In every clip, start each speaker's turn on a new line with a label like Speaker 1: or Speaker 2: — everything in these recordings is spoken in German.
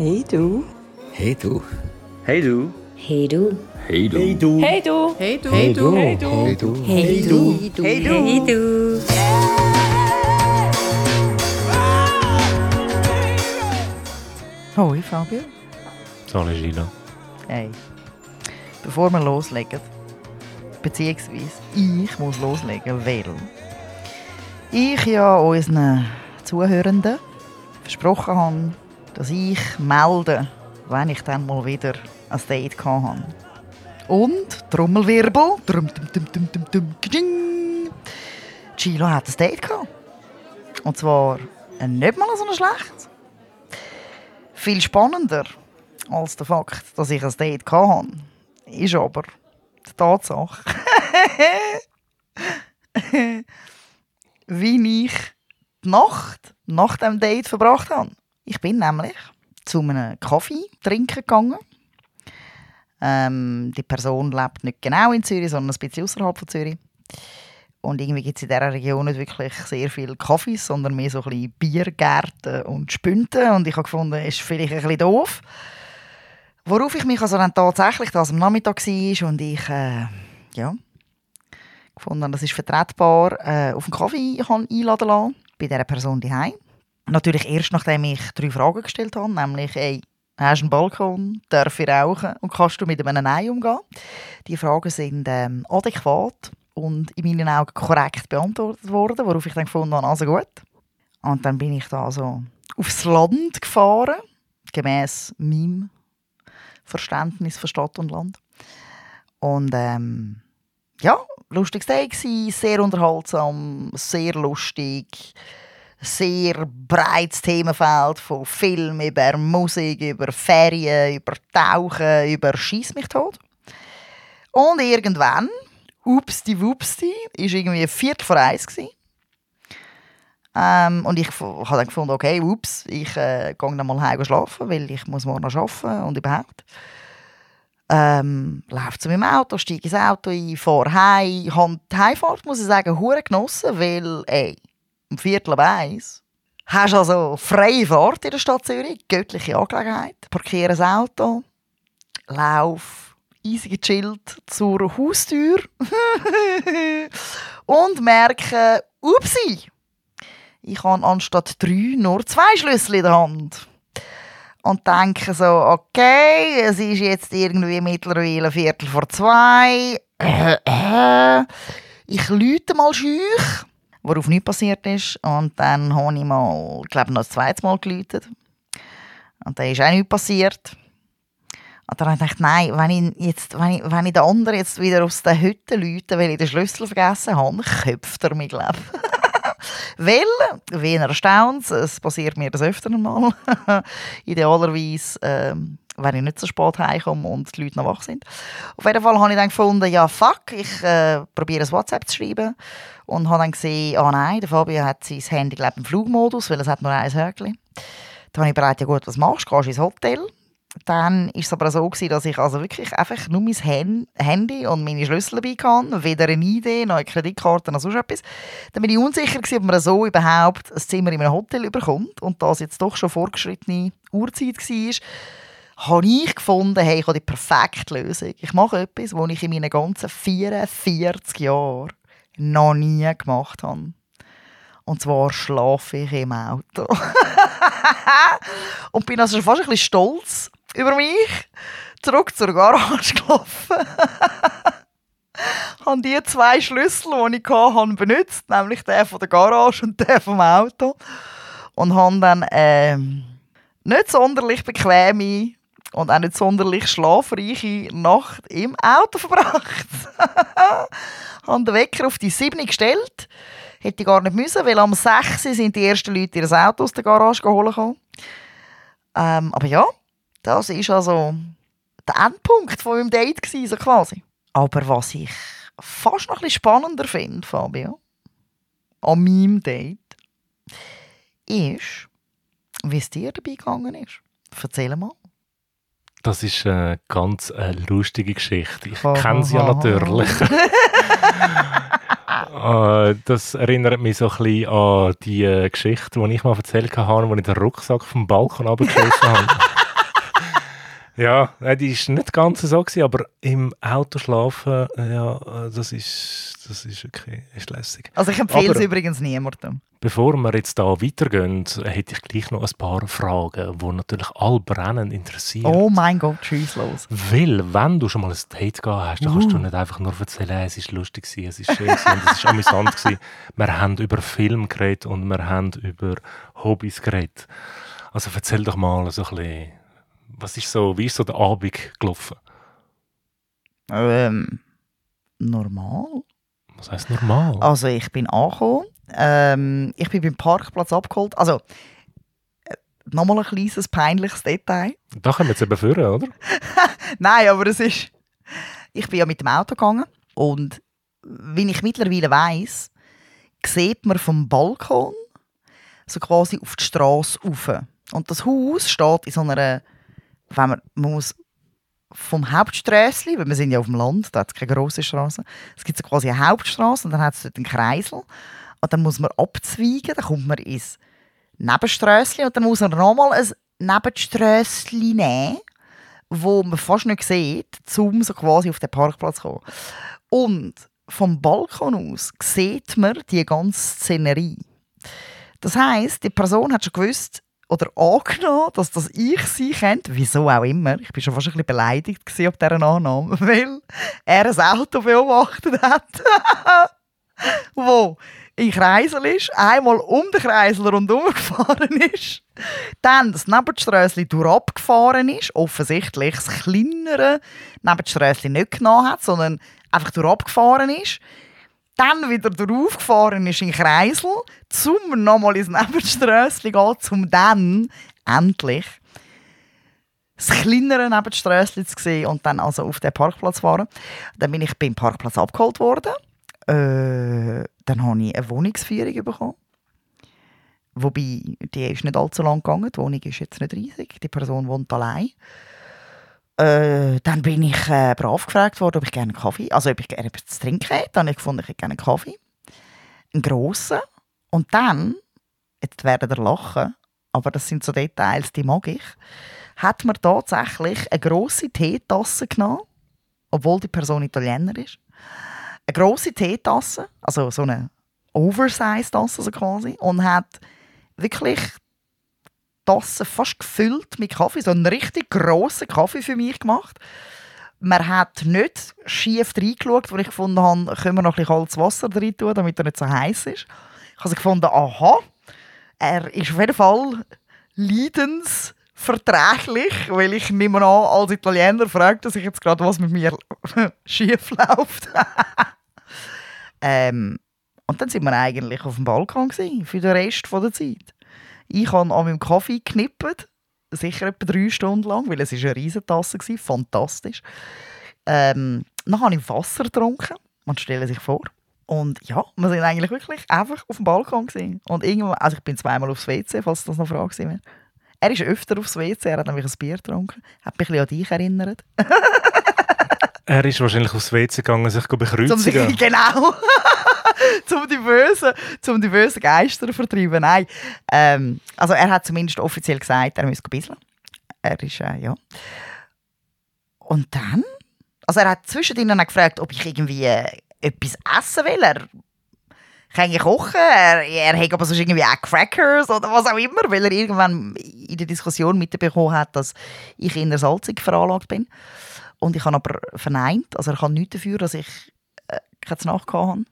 Speaker 1: Hey du.
Speaker 2: Hey du.
Speaker 3: Hey du.
Speaker 4: Hey du.
Speaker 2: Hey du.
Speaker 1: Hey du.
Speaker 4: Hey du.
Speaker 1: Hey du.
Speaker 2: Hey du.
Speaker 1: Hey du.
Speaker 2: Hey du.
Speaker 4: Hey du.
Speaker 1: Hey du.
Speaker 4: Hey du.
Speaker 5: Hoi Fabio.
Speaker 3: Sorry Gina.
Speaker 5: Hey. Bevor wir loslegen, beziehungsweise ich muss loslegen, weil ich ja unseren Zuhörenden versprochen habe, dass ich melde, wenn ich dann mal wieder ein Date hatte. Und, Trommelwirbel, Gilo hat ein Date gehabt. Und zwar nicht mal so schlecht. Viel spannender als der Fakt, dass ich ein Date hatte, ist aber die Tatsache, wie ich die Nacht nach dem Date verbracht habe. Ich bin nämlich zu einem Kaffee trinken gegangen. Die Person lebt nicht genau in Zürich, sondern ein bisschen außerhalb von Zürich. Und irgendwie gibt es in dieser Region nicht wirklich sehr viele Kaffees, sondern mehr so ein bisschen Biergärten und Spünten. Und ich habe gefunden, das ist vielleicht ein bisschen doof. Worauf ich mich also dann tatsächlich, dass am Nachmittag war und ich gefunden habe, das ist vertretbar, auf einen Kaffee einladen lassen, bei dieser Person daheim. Natürlich erst, nachdem ich 3 Fragen gestellt habe, nämlich, hast du einen Balkon, darf ich rauchen und kannst du mit einem Nein umgehen? Die Fragen sind adäquat und in meinen Augen korrekt beantwortet worden, worauf ich dann gefunden habe, also gut. Und dann bin ich da also aufs Land gefahren, gemäss meinem Verständnis von Stadt und Land. Und lustiges Tag gsi, sehr unterhaltsam, sehr lustig, sehr breites Themenfeld von Film über Musik, über Ferien, über Tauchen, über Schiess mich tot. Und irgendwann, upsti-wupsti, ist irgendwie 1:45 gsi. Und ich habe dann gefunden, okay, ich gehe dann mal heim schlafen, weil ich muss morgen noch arbeiten und überhaupt. Laufe zu meinem Auto, steige ins Auto ein, fahre heim. Ich habe die Heimfahrt, muss ich sagen, hure genossen, weil, um 1:45 hast du also freie Fahrt in der Stadt Zürich, göttliche Angelegenheit. Parkiere das Auto, laufe easy gechillt zur Haustür und merke, upsi, ich habe anstatt 3 nur 2 Schlüssel in der Hand. Und denke so, okay, es ist jetzt irgendwie mittlerweile 1:45. Ich läute mal schüch, worauf nichts passiert ist. Und dann habe ich mal, ich glaube, noch das 2. Mal geläutet. Und dann ist auch nichts passiert. Und dann habe ich gedacht, nein, wenn ich den anderen jetzt wieder aus der Hütte läute, weil ich den Schlüssel vergessen habe, köpft er mich, glaube ich. Weil, wie ihr erstaunt, es passiert mir das öfter mal. Idealerweise, wenn ich nicht so spät heimkomme und die Leute noch wach sind. Auf jeden Fall habe ich dann gefunden, ja fuck, ich probiere ein WhatsApp zu schreiben. Und habe dann gesehen, nein, der Fabio hat sein Handy, glaube ich, im Flugmodus, weil es hat nur ein Häkchen. Dann habe ich bereit, ja gut, was machst du? Gehst du ins Hotel? Dann war es aber so, dass ich also wirklich einfach nur mein Handy und meine Schlüssel dabei hatte. Weder eine ID, noch eine Kreditkarte, noch sonst etwas. Dann bin ich unsicher, ob man so überhaupt ein Zimmer in einem Hotel bekommt. Und da es jetzt doch schon vorgeschrittene Uhrzeit war, habe ich gefunden, hey, ich habe die perfekte Lösung. Ich mache etwas, was ich in meinen ganzen 44 Jahren noch nie gemacht habe. Und zwar schlafe ich im Auto. Und bin also schon fast ein bisschen stolz über mich. Zurück zur Garage gelaufen. Habe die 2 Schlüssel, die ich hatte, benutzt. Nämlich den von der Garage und den vom Auto. Und habe dann nicht sonderlich bequeme und auch nicht sonderlich schlafreiche Nacht im Auto verbracht. Habe den Wecker auf die 7 gestellt. Hätte ich gar nicht müssen, weil am 6 sind die ersten Leute ihr Auto aus der Garage geholt. Aber ja, das war also der Endpunkt von meinem Date, so quasi. Aber was ich fast noch ein bisschen spannender finde, Fabio, an meinem Date, ist, wie es dir dabei gegangen ist. Erzähl mal.
Speaker 3: Das ist eine ganz lustige Geschichte. Ich kenne sie ja natürlich. Das erinnert mich so ein bisschen an die Geschichte, die ich mal erzählt habe, als ich den Rucksack vom Balkon runtergeschossen habe. Ja, die war nicht ganz so gewesen, aber im Auto schlafen, ja, das ist okay, ist lässig.
Speaker 5: Also ich empfehle es
Speaker 3: Aber
Speaker 5: übrigens niemandem.
Speaker 3: bevor wir jetzt da weitergehen, hätte ich gleich noch ein paar Fragen, die natürlich alle brennend interessieren.
Speaker 5: Oh mein Gott, tschüss los.
Speaker 3: Weil, wenn du schon mal ein Date gehabt hast, dann kannst du nicht einfach nur erzählen, es war lustig, es war schön, es war amüsant. Wir haben über Film geredet und wir haben über Hobbys geredet. Also erzähl doch mal so ein bisschen, wie ist so der Abend gelaufen?
Speaker 5: Normal.
Speaker 3: Was heisst normal?
Speaker 5: Also ich bin angekommen. Ich bin beim Parkplatz abgeholt. Also, nochmal ein kleines, peinliches Detail.
Speaker 3: Da können wir jetzt eben führen, oder?
Speaker 5: Nein, aber es ist... Ich bin ja mit dem Auto gegangen und wie ich mittlerweile weiss, sieht man vom Balkon so quasi auf die Straße rauf. Und das Haus steht in so einer... Man muss vom Hauptsträssli, weil wir sind ja auf dem Land, da hat es keine grosse Straße. Es gibt so quasi eine Hauptstraße und dann hat es dort einen Kreisel. Und dann muss man abzweigen, dann kommt man ins Nebensträssli und dann muss man nochmal ein Nebensträssli nehmen, wo man fast nicht sieht, um so quasi auf den Parkplatz zu kommen. Und vom Balkon aus sieht man die ganze Szenerie. Das heisst, die Person hat schon gewusst oder angenommen, dass das ich sein könnte. Wieso auch immer. Ich war schon fast ein bisschen beleidigt auf dieser Annahme, weil er ein Auto beobachtet hat, wo in Kreisel ist, einmal um den Kreisel rundherum gefahren ist, dann das Nebensträssli durchabgefahren ist, offensichtlich das kleinere Nebensträssli nicht genommen hat, sondern einfach durchabgefahren ist, dann wieder draufgefahren ist in den Kreisel, zum nochmal ins Nebensträssli gehen, um dann endlich das kleinere Nebensträssli zu sehen und dann also auf den Parkplatz fahren. Dann bin ich beim Parkplatz abgeholt worden. Dann habe ich eine Wohnungsführung bekommen. Wobei, die ist nicht allzu lang gegangen. Die Wohnung ist jetzt nicht riesig. Die Person wohnt allein. Dann bin ich brav gefragt worden, ob ich gerne einen Kaffee, also ob ich gerne etwas zu trinken hätte. Dann habe ich gefunden, ich hätte gerne einen Kaffee. Einen grossen. Und dann, jetzt werden ihr lachen, aber das sind so Details, die mag ich, hat man tatsächlich eine grosse Teetasse genommen, obwohl die Person Italiener ist. Eine grosse Teetasse, also so eine Oversize-Tasse also quasi, und hat wirklich Tasse fast gefüllt mit Kaffee, so einen richtig grossen Kaffee für mich gemacht. Man hat nicht schief reingeschaut, wo ich gefunden habe, können wir noch ein bisschen kaltes Wasser rein tun, damit er nicht so heiß ist. Ich habe gefunden, aha, er ist auf jeden Fall leidensverträglich, weil ich nehme an, als Italiener fragt er sich jetzt gerade, was mit mir schief läuft. Und dann sind wir eigentlich auf dem Balkon gewesen, für den Rest der Zeit. Ich habe an meinem Kaffee geknippt, sicher etwa 3 Stunden lang, weil es eine Riesentasse war, fantastisch. Dann habe ich Wasser getrunken, man stelle sich vor. Und ja, wir sind eigentlich wirklich einfach auf dem Balkon gewesen. Und irgendwann, also ich bin 2-mal aufs WC, falls das noch eine Frage war. Er ist öfter aufs WC, er hat nämlich ein Bier getrunken, hat mich ein bisschen an dich erinnert.
Speaker 3: Er ist wahrscheinlich aufs WC gegangen, sich bekreuzigen.
Speaker 5: Genau. um die bösen Geister zu vertreiben. Nein. Also er hat zumindest offiziell gesagt, er müsse bisseln. Er ist, ja. Und dann? Also er hat zwischendrin gefragt, ob ich irgendwie etwas essen will. Er kann kochen, er hat aber sonst irgendwie auch Crackers oder was auch immer, weil er irgendwann in der Diskussion mitbekommen hat, dass ich eher salzig veranlagt bin. Und ich habe aber verneint, also er kann nichts dafür, dass ich keine Nacht hatte.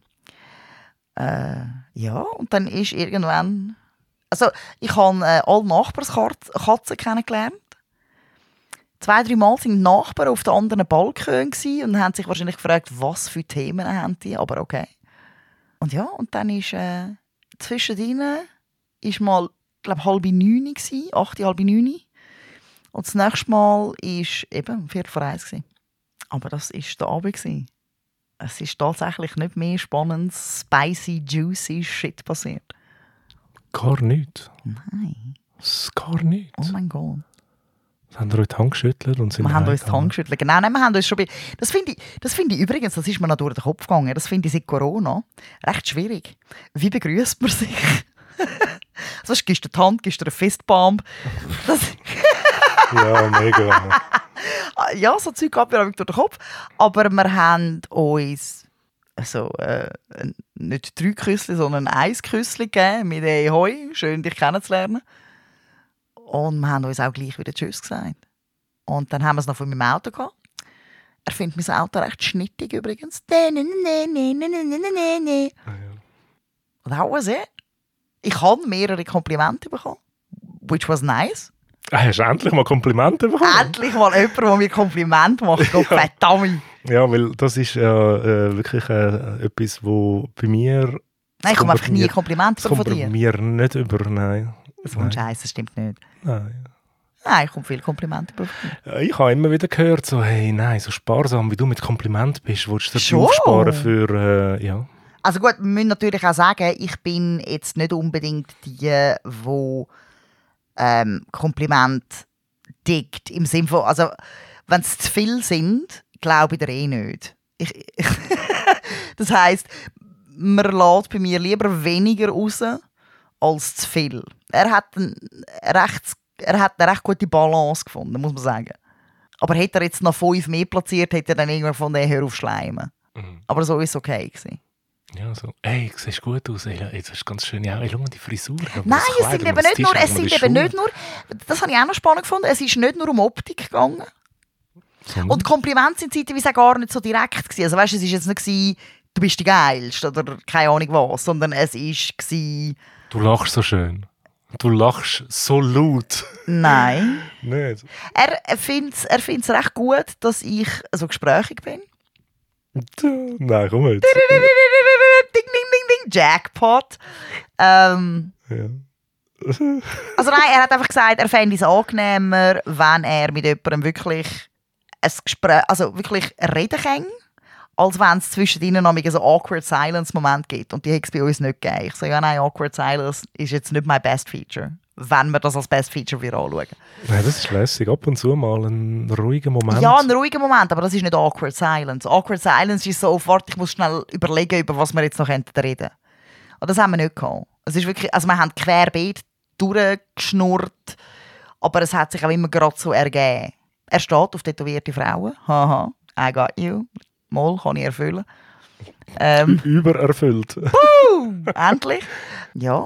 Speaker 5: Ja, und dann ist irgendwann... Also, ich habe alle Nachbarskatzen kennengelernt. 2-3 Mal waren die Nachbarn auf den anderen Balkon und haben sich wahrscheinlich gefragt, was für Themen haben die, aber okay. Und ja, und dann ist zwischendrin ist mal, glaube 8:30 gewesen, 8:30. Und das nächste Mal war eben 1:45. Aber das war der Abend gewesen. Es ist tatsächlich nicht mehr spannend, spicy, juicy Shit passiert.
Speaker 3: Gar nichts?
Speaker 5: Nein.
Speaker 3: Gar nichts?
Speaker 5: Oh mein Gott.
Speaker 3: Haben wir euch die Hand geschüttelt und sind
Speaker 5: wir haben uns die Hand geschüttelt. Genau, nein, wir haben uns schon... Das finde ich übrigens, das ist mir noch durch den Kopf gegangen, das finde ich seit Corona recht schwierig. Wie begrüßt man sich? Also, gibst du die Hand, gibst du einen Fistbump.
Speaker 3: Ja, mega.
Speaker 5: Ja, so Zeug geht mir durch den Kopf. Aber wir haben uns nicht 3 Küssli, sondern 1 Küssli gegeben mit «Hey, hoi, schön dich kennenzulernen». Und wir haben uns auch gleich wieder «Tschüss» gesagt. Und dann haben wir es noch von meinem Auto gehabt. Er findet mein Auto recht schnittig übrigens. Und that was it. Ich habe mehrere Komplimente bekommen. Which was nice.
Speaker 3: Hast du endlich mal Komplimente bekommen?
Speaker 5: Endlich mal jemand, der mir Komplimente macht. Gott verdammt.
Speaker 3: Ja, weil das ist wirklich etwas, wo bei mir...
Speaker 5: Nein, ich komme einfach nie Komplimente
Speaker 3: von
Speaker 5: von
Speaker 3: dir.
Speaker 5: dir.
Speaker 3: Bei mir nicht über, nein.
Speaker 5: So ein Scheiß, das stimmt nicht.
Speaker 3: Nein.
Speaker 5: Nein, ich komme viele Komplimente über.
Speaker 3: Ich habe immer wieder gehört, so, hey, nein, so sparsam wie du mit Kompliment bist, willst du dir
Speaker 5: Schon?
Speaker 3: aufsparen für, ja.
Speaker 5: Also gut, wir müssen natürlich auch sagen, ich bin jetzt nicht unbedingt die Kompliment dickt. Im Sinne von, also wenn es zu viel sind, glaube ich dir eh nicht. Das heisst, man lässt bei mir lieber weniger raus als zu viel. Er hat eine recht gute Balance gefunden, muss man sagen. Aber hätte er jetzt noch 5 mehr platziert, hätte er dann irgendwann von der hör auf schleimen. Aber so war es okay gewesen.
Speaker 3: Ja, so, ey, du siehst gut aus, ey, jetzt hast du ganz schön, ja, ey, schau mal die Frisur.
Speaker 5: Nein, es sind eben nicht nur, das habe ich auch noch spannend gefunden, es ist nicht nur um Optik gegangen. Und Komplimente sind zeitweise gar nicht so direkt gewesen. Also weißt, es war jetzt nicht gewesen, du bist die Geilste oder keine Ahnung was, sondern es war...
Speaker 3: Du lachst so schön. Du lachst so laut.
Speaker 5: Nein.
Speaker 3: Nicht?
Speaker 5: Er findet es recht gut, dass ich so gesprächig bin.
Speaker 3: Nein, komm jetzt.
Speaker 5: Ding, ding, ding, ding, Jackpot.
Speaker 3: Ja.
Speaker 5: Also nein, er hat einfach gesagt, er fände es angenehmer, wenn er mit jemandem wirklich ein Gespräch, also wirklich reden kann, als wenn es zwischen ihnen noch so awkward Silence-Moment gibt. Und die hat es bei uns nicht gegeben. Ich sage, ja nein, awkward Silence ist jetzt nicht mein Best Feature, wenn wir das als Best Feature wieder anschauen.
Speaker 3: Nein, das ist lässig. Ab und zu mal ein ruhiger Moment.
Speaker 5: Ja, ein ruhiger Moment, aber das ist nicht awkward Silence. Awkward Silence ist so, ich muss schnell überlegen, über was wir jetzt noch reden könnten. Und das haben wir nicht gehabt. Es ist wirklich, also wir haben querbeet durchgeschnurrt, aber es hat sich auch immer gerade so ergeben. Er steht auf tätowierte Frauen. Haha, I got you. Mal kann ich erfüllen.
Speaker 3: Übererfüllt.
Speaker 5: Endlich. Ja.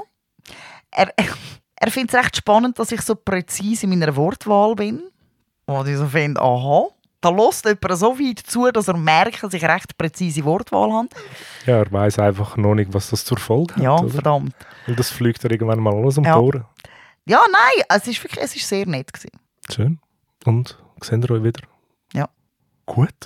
Speaker 5: Er findet es recht spannend, dass ich so präzise in meiner Wortwahl bin. Und ich so finde, aha, da lässt jemand so weit zu, dass er merkt, dass ich recht präzise Wortwahl habe.
Speaker 3: Ja, er weiss einfach noch nicht, was das zur Folge hat.
Speaker 5: Ja,
Speaker 3: oder?
Speaker 5: verdammt.
Speaker 3: Und das fliegt er irgendwann mal alles um die
Speaker 5: Ja.
Speaker 3: Ohren.
Speaker 5: Ja, nein, es ist sehr nett gewesen.
Speaker 3: Schön. Und, sehen wir euch wieder?
Speaker 5: Ja.
Speaker 3: Gut.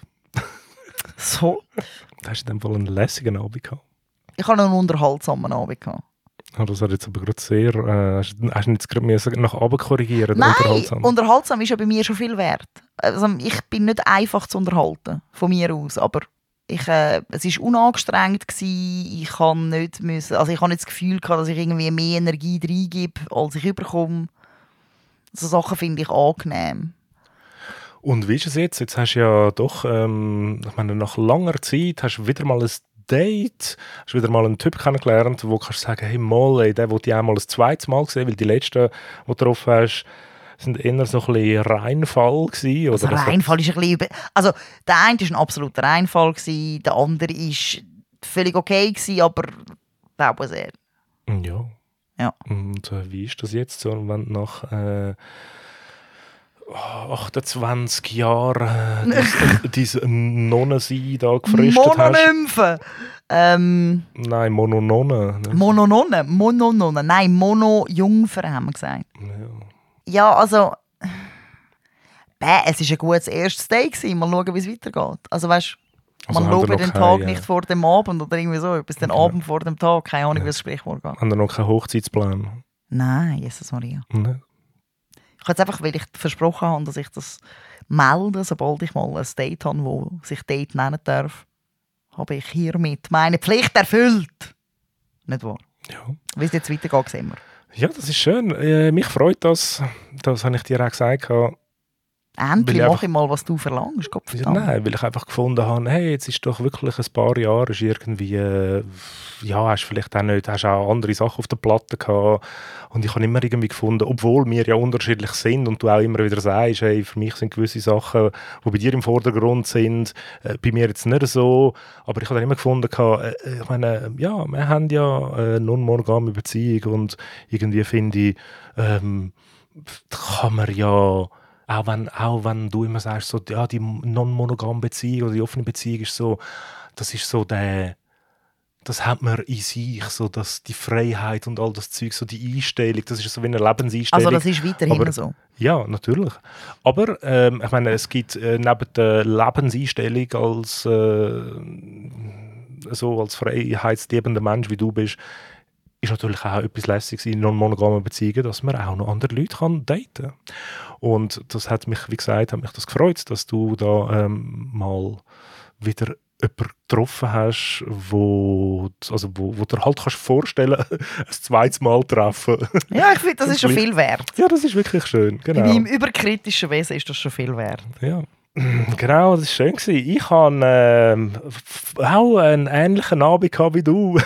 Speaker 5: So.
Speaker 3: Da hast du in dem Fall einen lässigen Abend gehabt.
Speaker 5: Ich hatte einen unterhaltsamen Abend gehabt.
Speaker 3: Oh, das hat jetzt aber gerade sehr... hast du jetzt gerade nach oben korrigieren?
Speaker 5: Nein,
Speaker 3: Unterhaltsam.
Speaker 5: unterhaltsam ist ja bei mir schon viel wert. Also, ich bin nicht einfach zu unterhalten, von mir aus, aber es war unangestrengt gewesen. Ich habe nicht nicht das Gefühl gehabt, dass ich irgendwie mehr Energie reingebe, als ich überkomme. So Sachen finde ich angenehm.
Speaker 3: Und wie ist es jetzt? Jetzt hast du ja doch, ich meine, nach langer Zeit hast du wieder mal ein Date, hast wieder mal einen Typ kennengelernt, wo du kannst sagen, hey mal, ey, den wollte ich auch mal ein zweites Mal sehen, weil die letzten, die du getroffen hast, sind eher so ein bisschen Reinfall gewesen.
Speaker 5: Also Reinfall ist ein bisschen also der eine war ein absoluter Reinfall gewesen, der andere war völlig okay gewesen, aber that was it.
Speaker 3: Ja.
Speaker 5: Ja.
Speaker 3: Und wie ist das jetzt so, wenn du nach 28 Jahren diese Nonnensein da gefristet hast?
Speaker 5: Mononymphe!
Speaker 3: Nein, Monononne. Ne?
Speaker 5: Monononne. Nein, Mono-Jungfer haben wir gesagt. Ja, also... es war ein gutes erstes Date gewesen. Mal schauen, wie es weitergeht. Also weißt,
Speaker 3: Also
Speaker 5: man
Speaker 3: haben wir
Speaker 5: lobe
Speaker 3: noch
Speaker 5: den
Speaker 3: keine,
Speaker 5: Tag nicht vor dem Abend oder irgendwie so etwas. Den Abend vor dem Tag. Keine Ahnung, wie das Sprichwort geht.
Speaker 3: Haben wir noch keinen Hochzeitsplan?
Speaker 5: Nein, Jesus Maria.
Speaker 3: Ne?
Speaker 5: Ich habe jetzt einfach, weil ich versprochen habe, dass ich das melde, sobald ich mal ein Date habe, wo sich Date nennen darf, habe ich hiermit meine Pflicht erfüllt. Nicht wahr?
Speaker 3: Ja.
Speaker 5: Wie es jetzt weitergeht, sehen wir.
Speaker 3: Ja, das ist schön. Mich freut das. Das habe ich dir auch gesagt.
Speaker 5: Endlich mache ich mal, was du verlangst.
Speaker 3: Ja, nein, weil ich einfach gefunden habe, hey, jetzt ist doch wirklich ein paar Jahre, ist irgendwie, hast vielleicht auch nicht, hast auch andere Sachen auf der Platte gehabt. Und ich habe immer irgendwie gefunden, obwohl wir ja unterschiedlich sind und du auch immer wieder sagst, hey, für mich sind gewisse Sachen, die bei dir im Vordergrund sind, bei mir jetzt nicht so. Aber ich habe dann immer gefunden, ich meine, ja, wir haben ja eine non-monogame Beziehung und irgendwie finde ich, kann man ja, auch wenn du immer sagst, so, ja, die non-monogame Beziehung oder die offene Beziehung ist so, das ist so das hat man in sich, so dass die Freiheit und all das Zeug, so die Einstellung, das ist so wie eine Lebenseinstellung.
Speaker 5: Also das ist weiterhin so?
Speaker 3: Ja, natürlich. Aber ich meine, es gibt neben der Lebenseinstellung als freiheitsliebender Mensch, wie du bist, ist natürlich auch etwas Lässiges in non-monogamen Beziehungen, dass man auch noch andere Leute daten kann. Und das hat mich, wie gesagt, hat mich das gefreut, dass du da mal wieder jemanden getroffen hast, wo dir halt kannst vorstellen, ein zweites Mal treffen.
Speaker 5: Ja, ich finde, das ist schon viel wert.
Speaker 3: Ja, das ist wirklich schön. Genau.
Speaker 5: Bei meinem überkritischen Wesen ist das schon viel wert.
Speaker 3: Ja. Genau, das war schön. Ich hatte auch einen ähnlichen Abend wie du.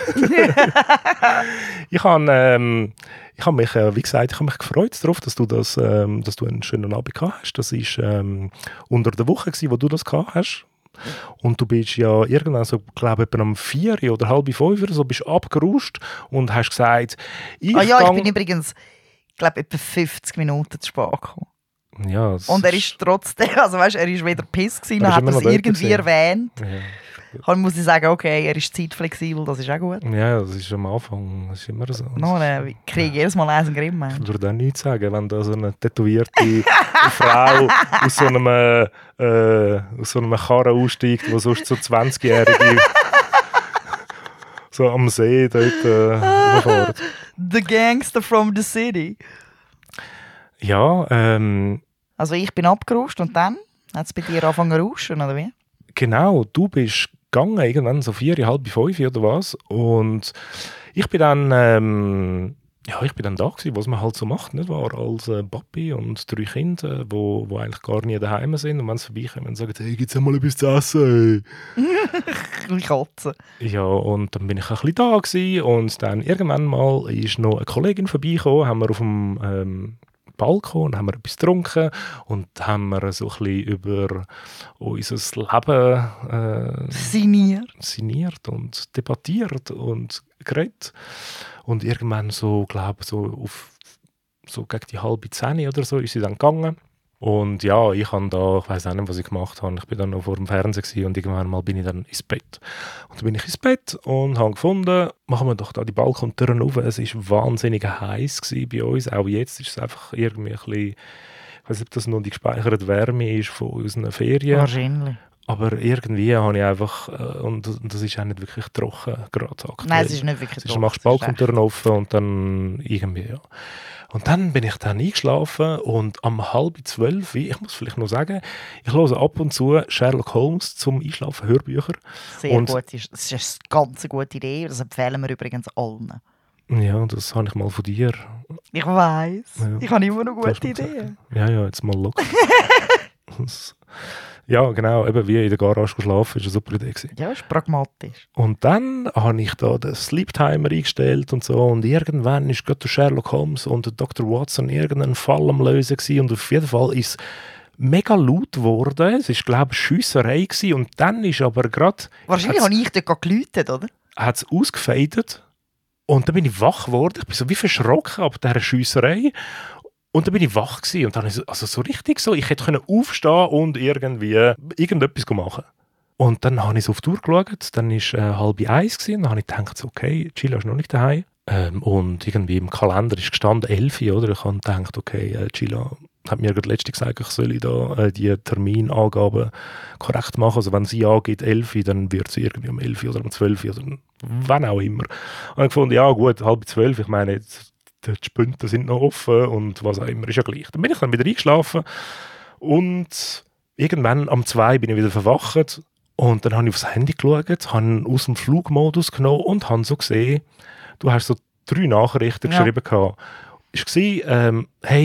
Speaker 3: Ich habe mich, wie gesagt, ich habe mich gefreut darauf, dass du einen schönen Abend gehabt hast. Das war unter der Woche, wo du das gehabt hast. Und du bist ja irgendwann so, glaube ich, um 4 oder halb 5 oder so, bist abgerauscht und hast gesagt,
Speaker 5: ich bin übrigens, glaube etwa 50 Minuten zu spät gekommen.
Speaker 3: Ja,
Speaker 5: und er ist trotzdem, also weißt, er ist wieder piss gewesen, hat das irgendwie erwähnt. Ja. Muss ich sagen, okay, er ist zeitflexibel, das ist auch gut.
Speaker 3: Ja, das ist am Anfang, das ist immer so.
Speaker 5: Ich kriege jedes Mal einen Grimm.
Speaker 3: Ich würde auch nichts sagen, wenn da so eine tätowierte Frau aus so einem Karren aussteigt, die sonst so 20-Jährige so am See dort rumfährt.
Speaker 5: The Gangster from the City.
Speaker 3: Ja,
Speaker 5: also ich bin abgerauscht und dann hat es bei dir angefangen zu rauschen, oder wie?
Speaker 3: Genau, du bist gegangen, irgendwann so 4, halb 5 oder was. Und ich bin dann, ich bin dann da gewesen, was man halt so macht, nicht wahr? Als Papi und 3 Kinder, wo eigentlich gar nie daheim sind. Und wenn sie vorbeikommen und sagen, hey, gibt's mal etwas zu essen?
Speaker 5: Ich kotze.
Speaker 3: Ja, und dann bin ich ein bisschen da gewesen. Und dann irgendwann mal ist noch eine Kollegin vorbeigekommen, haben wir auf dem Balkon und haben wir etwas getrunken und haben wir so ein bisschen über unser Leben sinniert und debattiert und geredet. Und irgendwann so, glaube ich, so gegen die 9:30 oder so ist sie dann gegangen. Und ja, ich weiss auch nicht, was ich gemacht habe. Ich bin dann noch vor dem Fernseher und irgendwann mal bin ich dann ins Bett. Und dann bin ich ins Bett und habe gefunden, machen wir doch da die Balkontüren auf. Es war wahnsinnig heiß bei uns. Auch jetzt ist es einfach irgendwie ein bisschen, ich weiß nicht, ob das noch die gespeicherte Wärme ist von unseren Ferien.
Speaker 5: Wahrscheinlich.
Speaker 3: Aber irgendwie habe ich einfach, und das ist auch nicht wirklich trocken gerade aktuell.
Speaker 5: Nein, es ist nicht wirklich trocken.
Speaker 3: Du machst die Balkontüren offen und dann irgendwie, ja. Und dann bin ich dann eingeschlafen und um 11:30, ich muss vielleicht noch sagen, ich höre ab und zu Sherlock Holmes zum Einschlafen Hörbücher.
Speaker 5: Sehr gut, das ist eine ganz gute Idee, das empfehlen wir übrigens allen.
Speaker 3: Ja, das habe ich mal von dir.
Speaker 5: Ich weiss, ja. Ich habe immer noch gute Ideen.
Speaker 3: Ja, jetzt mal locker. Ja, genau, eben wie in der Garage schlafen, ist eine super Idee gewesen.
Speaker 5: Ja, ist pragmatisch.
Speaker 3: Und dann habe ich da den Sleep-Timer eingestellt und so und irgendwann ist gerade der Sherlock Holmes und der Dr. Watson irgendeinen Fall am Lösen gewesen und auf jeden Fall ist es mega laut geworden. Es war, glaube ich, Schiesserei gewesen und dann ist aber gerade...
Speaker 5: Wahrscheinlich habe ich dort geläutet, oder?
Speaker 3: Hat es ausgefadet und dann bin ich wach geworden. Ich bin so wie verschrocken ab dieser Schiesserei. Und dann bin ich wach gewesen und dann also so richtig so, ich hätte aufstehen und irgendetwas machen. Und dann habe ich so auf die Uhr geschaut, dann war 12:30 und dann habe ich gedacht, so, okay, Gila ist noch nicht daheim. Und irgendwie im Kalender ist gestanden 11 oder? Ich habe gedacht, okay, Gila hat mir gerade letztens gesagt, ich soll da die Terminangaben korrekt machen. Also wenn sie angeht 11, dann wird sie irgendwie um 11 oder um 12 oder wann auch immer. Und ich habe gefunden, ja gut, 11:30, ich meine, die Spünte sind noch offen und was auch immer, ist ja gleich. Dann bin ich dann wieder eingeschlafen und irgendwann am 2 bin ich wieder verwacht und dann habe ich aufs Handy geschaut, habe aus dem Flugmodus genommen und habe so gesehen, du hast so 3 Nachrichten geschrieben gehabt. Es war, hey,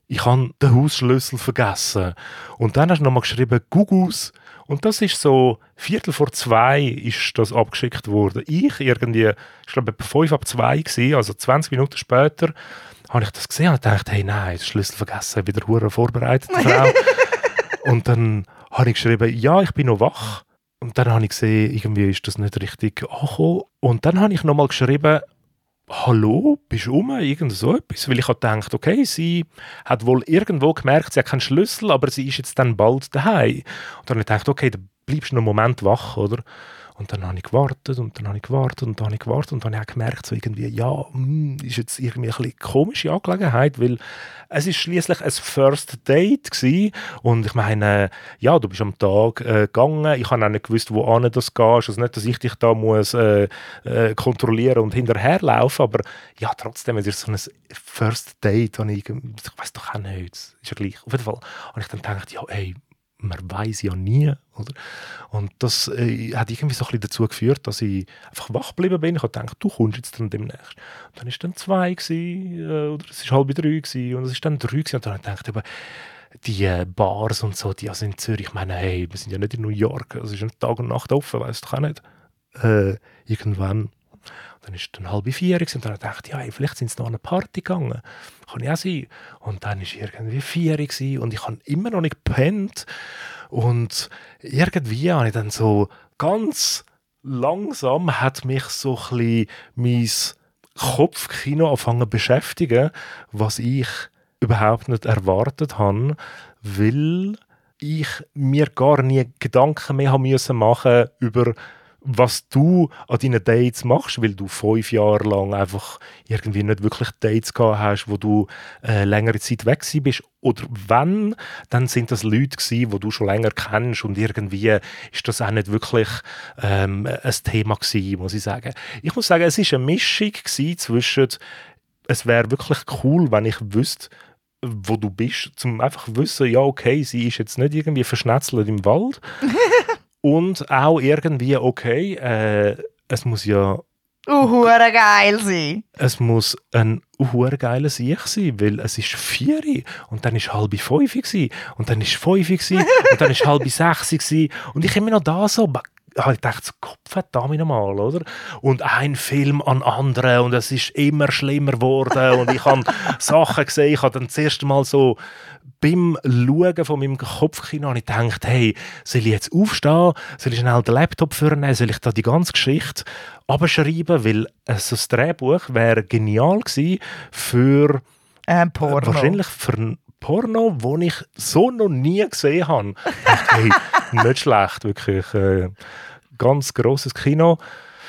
Speaker 3: ich habe den Hausschlüssel vergessen. Und dann hast du nochmal geschrieben, Gugus. Und das ist so, 1:45 ist das abgeschickt worden. Ich glaube, etwa 1:55 gewesen, also 20 Minuten später, habe ich das gesehen und dachte, hey, nein, den Schlüssel vergessen, wieder hure vorbereitet, Frau. Und dann habe ich geschrieben, ja, ich bin noch wach. Und dann habe ich gesehen, irgendwie ist das nicht richtig angekommen. Und dann habe ich nochmal geschrieben, hallo, bist du rum? Irgend so etwas. Weil ich habe gedacht, okay, sie hat wohl irgendwo gemerkt, sie hat keinen Schlüssel, aber sie ist jetzt dann bald daheim. Und dann habe ich gedacht, okay, dann bleibst du noch einen Moment wach, oder? Und dann habe ich gewartet und dann habe ich gewartet und dann habe ich gewartet und dann habe ich auch gemerkt, so irgendwie, ja, ist jetzt irgendwie eine bisschen komische Angelegenheit, weil es ist schliesslich ein First Date gewesen. Und ich meine, ja, du bist am Tag gegangen, ich habe auch nicht gewusst, wo das gehst, also nicht, dass ich dich da muss kontrollieren und hinterherlaufen, aber ja, trotzdem, es ist so ein First Date und ich weiss doch auch nicht, ist ja gleich. Auf jeden Fall habe ich dann gedacht, ja, ey, man weiß ja nie, oder? Und das hat irgendwie so ein bisschen dazu geführt, dass ich einfach wach geblieben bin. Ich habe gedacht, du kommst jetzt dann demnächst. Und dann war es dann 2 oder es war 2:30 gewesen, und es ist dann 3 gewesen. Und dann habe ich gedacht, die Bars und so, die also in Zürich, ich meine, hey, wir sind ja nicht in New York, es ist Tag und Nacht offen, weißt du doch auch nicht. Irgendwann. Dann war es dann 3:30 und dann habe ich gedacht, ja, vielleicht sind sie noch an eine Party gegangen. Kann ich auch sein. Und dann war es irgendwie 4 und ich habe immer noch nicht gepennt. Und irgendwie habe ich dann so ganz langsam hat mich so ein bisschen mein Kopfkino angefangen zu beschäftigen, was ich überhaupt nicht erwartet habe, weil ich mir gar nie Gedanken mehr haben müssen machen über was du an deinen Dates machst, weil du 5 Jahre lang einfach irgendwie nicht wirklich Dates gehabt hast, wo du längere Zeit weg bist. Oder wenn, dann sind das Leute gewesen, die du schon länger kennst und irgendwie ist das auch nicht wirklich ein Thema gewesen, muss ich sagen. Ich muss sagen, es war eine Mischung zwischen, es wäre wirklich cool, wenn ich wüsste, wo du bist, zum einfach wissen, ja okay, sie ist jetzt nicht irgendwie verschnetzelt im Wald. Und auch irgendwie, okay, es muss ja
Speaker 5: hure geil sein.
Speaker 3: Es muss ein hure geiler Sieg sein, weil es ist 4 und dann ist 4:30 gewesen, und dann ist 5 gewesen, und dann ist 5:30 gewesen, und ich immer noch da so, ich dachte so, Gottverdammt nochmal, oder? Und ein Film an anderen und es ist immer schlimmer geworden und ich habe Sachen gesehen, ich habe dann das erste Mal so beim Schauen von meinem Kopfkino habe ich gedacht, hey, soll ich jetzt aufstehen, soll ich schnell den Laptop vornehmen, soll ich da die ganze Geschichte abschreiben, weil so ein Drehbuch wäre genial gewesen für
Speaker 5: Porno.
Speaker 3: Wahrscheinlich für ein Porno, das ich so noch nie gesehen habe. Ich dachte, hey, nicht schlecht, wirklich ganz grosses Kino.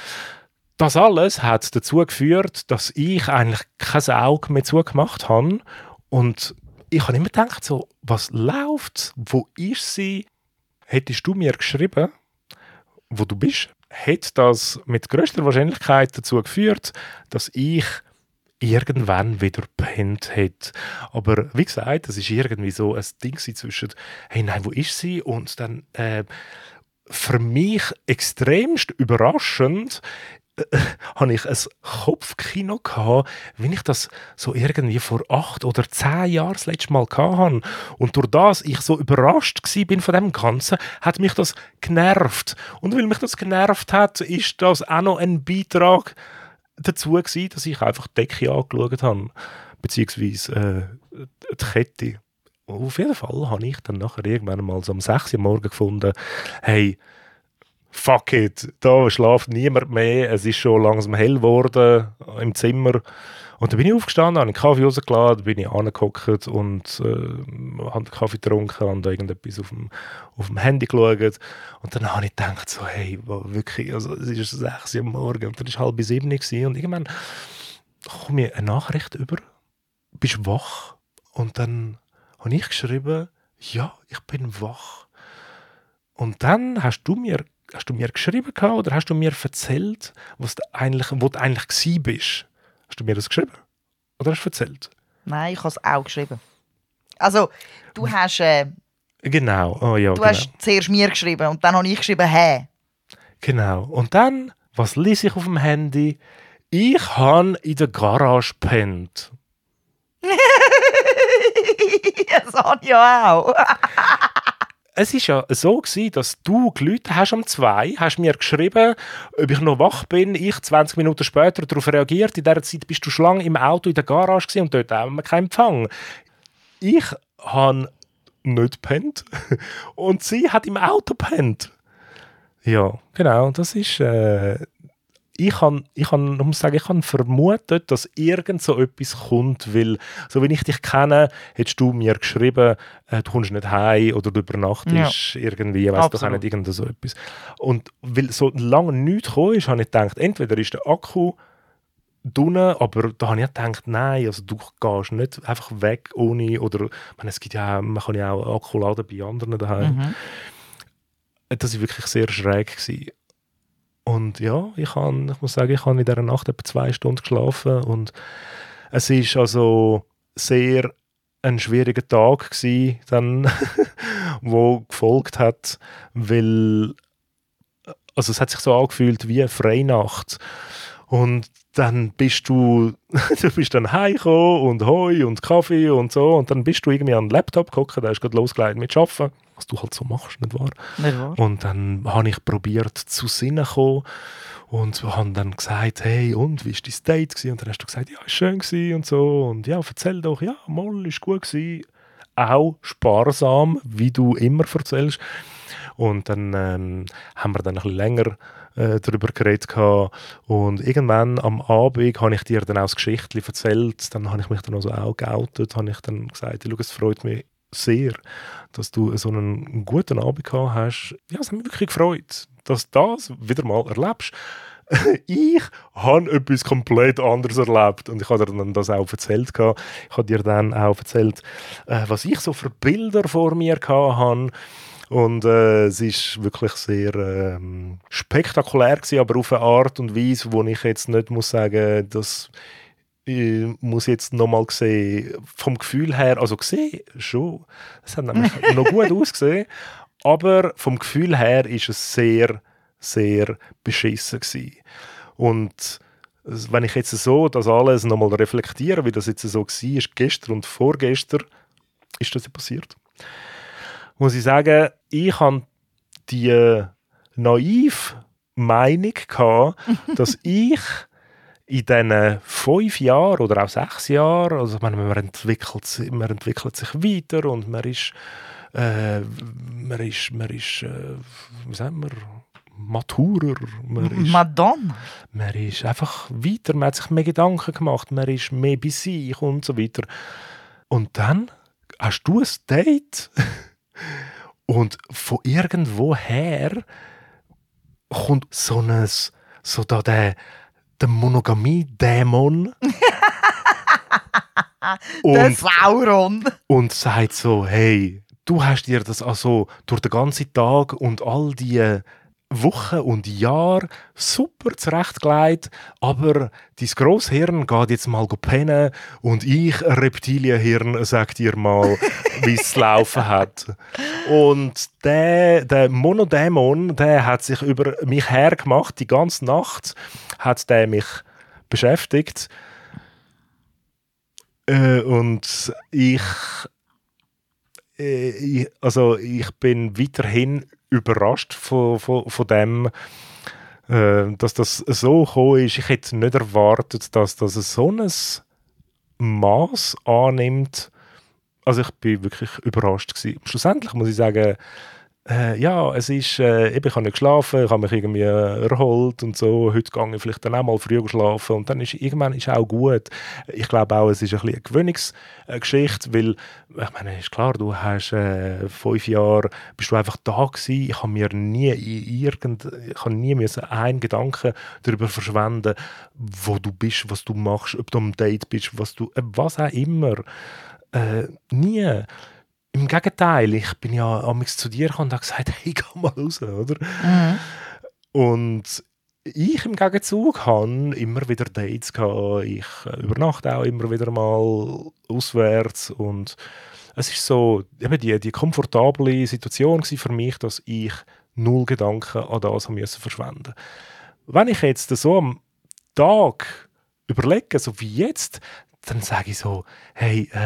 Speaker 3: Das alles hat dazu geführt, dass ich eigentlich kein Auge mehr zugemacht habe und ich habe immer gedacht, so, was läuft? Wo ist sie? Hättest du mir geschrieben, wo du bist, hätte das mit größter Wahrscheinlichkeit dazu geführt, dass ich irgendwann wieder gepennt hätte. Aber wie gesagt, das ist irgendwie so ein Ding zwischen, hey, nein, wo ist sie? Und dann für mich extremst überraschend habe ich ein Kopfkino gehabt, wenn ich das so irgendwie vor 8 oder 10 Jahren das letzte Mal hatte. Und durch das ich so überrascht bin von dem Ganzen, hat mich das genervt. Und weil mich das genervt hat, ist das auch noch ein Beitrag dazu gewesen, dass ich einfach die Decke angeschaut habe. Beziehungsweise die Kette. Auf jeden Fall habe ich dann nachher irgendwann mal so um 6 Uhr morgens gefunden, hey, fuck it, da schläft niemand mehr, es ist schon langsam hell geworden im Zimmer. Und dann bin ich aufgestanden, habe einen Kaffee rausgeladen, bin ich angehockt und habe den Kaffee getrunken und irgendetwas auf dem Handy geschaut. Und dann habe ich gedacht, so, hey, wirklich, also, es ist 6 Uhr morgens und dann war 6:30 gewesen. Und irgendwann komme ich eine Nachricht über, bist wach? Und dann habe ich geschrieben, ja, ich bin wach. Und dann hast du mir geschrieben oder hast du mir erzählt, wo du eigentlich gewesen bist? Hast du mir das geschrieben? Oder hast du erzählt?
Speaker 5: Nein, ich habe es auch geschrieben. Also, du hast...
Speaker 3: Genau, oh ja,
Speaker 5: du hast zuerst mir geschrieben und dann habe ich geschrieben, hä?
Speaker 3: Genau. Und dann, was lese ich auf dem Handy? Ich habe in der Garage gepennt.
Speaker 5: Das habe ich ja auch.
Speaker 3: Es war ja so gewesen, dass du geläutet hast um 2, hast mir geschrieben, ob ich noch wach bin. Ich 20 Minuten später darauf reagiert. In dieser Zeit bist du schon lange im Auto in der Garage gewesen und dort haben wir keinen Empfang. Ich habe nicht gepennt und sie hat im Auto gepennt. Ja, genau, das ist... Ich muss sagen, ich habe vermutet, dass irgend so etwas kommt, weil, so wie ich dich kenne, hättest du mir geschrieben, du kommst nicht heim oder du übernachtest irgendwie, ich weiss doch auch nicht, irgend so etwas. Und weil so lange nichts gekommen ist, habe ich gedacht, entweder ist der Akku dünn, aber da habe ich gedacht, nein, also du gehst nicht einfach weg ohne, oder, ich meine, es gibt ja, man kann ja auch Akku laden bei anderen daheim. Das war wirklich sehr schräg gewesen. Und ja, ich muss sagen, ich habe in dieser Nacht etwa 2 Stunden geschlafen und es ist also sehr ein schwieriger Tag gewesen, dann, wo gefolgt hat, weil also es hat sich so angefühlt wie eine Freinacht. Und dann bist du bist dann heimgekommen und Heu und Kaffee und so und dann bist du irgendwie an den Laptop geguckt, da hast du gerade losgelegt mit Arbeiten, was du halt so machst, nicht wahr?
Speaker 5: Nicht wahr?
Speaker 3: Und dann habe ich probiert zu Sinnen zu kommen und habe dann gesagt, hey, und, wie war dein Date gewesen? Und dann hast du gesagt, ja, ist schön gewesen und so und ja, erzähl doch, ja, mal, ist gut gewesen. Auch sparsam, wie du immer erzählst. Und dann haben wir dann ein bisschen länger darüber geredet gehabt. Und irgendwann am Abend habe ich dir dann auch das Geschichtchen erzählt. Dann habe ich mich dann also auch geoutet. Habe ich dann gesagt, schau, es freut mich sehr, dass du so einen guten Abend gehabt hast. Ja, es hat mich wirklich gefreut, dass du das wieder mal erlebst. Ich habe etwas komplett anderes erlebt und ich habe dir dann das auch erzählt. Ich habe dir dann auch erzählt, was ich so für Bilder vor mir hatte. Und es ist wirklich sehr spektakulär gewesen, aber auf eine Art und Weise, wo ich jetzt nicht muss sagen, das muss ich jetzt nochmal sehen. Vom Gefühl her, also gesehen schon, es hat nämlich noch gut ausgesehen, aber vom Gefühl her ist es sehr, sehr beschissen gewesen. Und wenn ich jetzt so das alles nochmal reflektiere, wie das jetzt so war, gestern und vorgestern, ist das ja passiert. Muss ich sagen, ich hatte die naive Meinung gehabt, dass ich in diesen 5 Jahren oder auch 6 Jahren, also ich meine, man entwickelt sich weiter und man ist wie sagen wir, maturer.
Speaker 5: Madonna.
Speaker 3: Man ist einfach weiter, man hat sich mehr Gedanken gemacht, man ist mehr bei sich und so weiter. Und dann hast du ein Date und von irgendwoher kommt der Monogamie-Dämon
Speaker 5: Der Sauron.
Speaker 3: und sagt so, hey, du hast dir das also durch den ganzen Tag und all die Wochen und Jahre super zurechtgelegt, aber dein Grosshirn geht jetzt mal pennen und ich, Reptilienhirn, sag dir mal, wie es zu laufen hat. Und der Monodämon, der hat sich über mich hergemacht, die ganze Nacht hat der mich beschäftigt. Und ich bin weiterhin überrascht von dem, dass das so gekommen ist. Ich hätte nicht erwartet, dass das so ein Maß annimmt. Also ich bin wirklich überrascht gewesen. Schlussendlich muss ich sagen, ja, es ist, ich habe nicht geschlafen, ich habe mich irgendwie erholt und so. Heute gehe ich vielleicht dann auch mal früher schlafen und dann ist irgendwann ist auch gut. Ich glaube auch, es ist ein bisschen eine Gewöhnungsgeschichte, weil, ich meine, ist klar, du hast 5 Jahre, bist du einfach da gewesen. Ich habe mir nie müssen einen Gedanken darüber verschwenden, wo du bist, was du machst, ob du am Date bist, was auch immer. Nie. Im Gegenteil, ich bin ja amigs zu dir gekommen und habe gesagt, hey, geh mal raus, oder? Mhm. Und ich im Gegenzug habe immer wieder Dates gehabt. Ich übernachte auch immer wieder mal auswärts und es ist so eben die komfortable Situation für mich, dass ich 0 Gedanken an das verschwenden musste. Wenn ich jetzt so am Tag überlege, so wie jetzt, dann sage ich so, hey,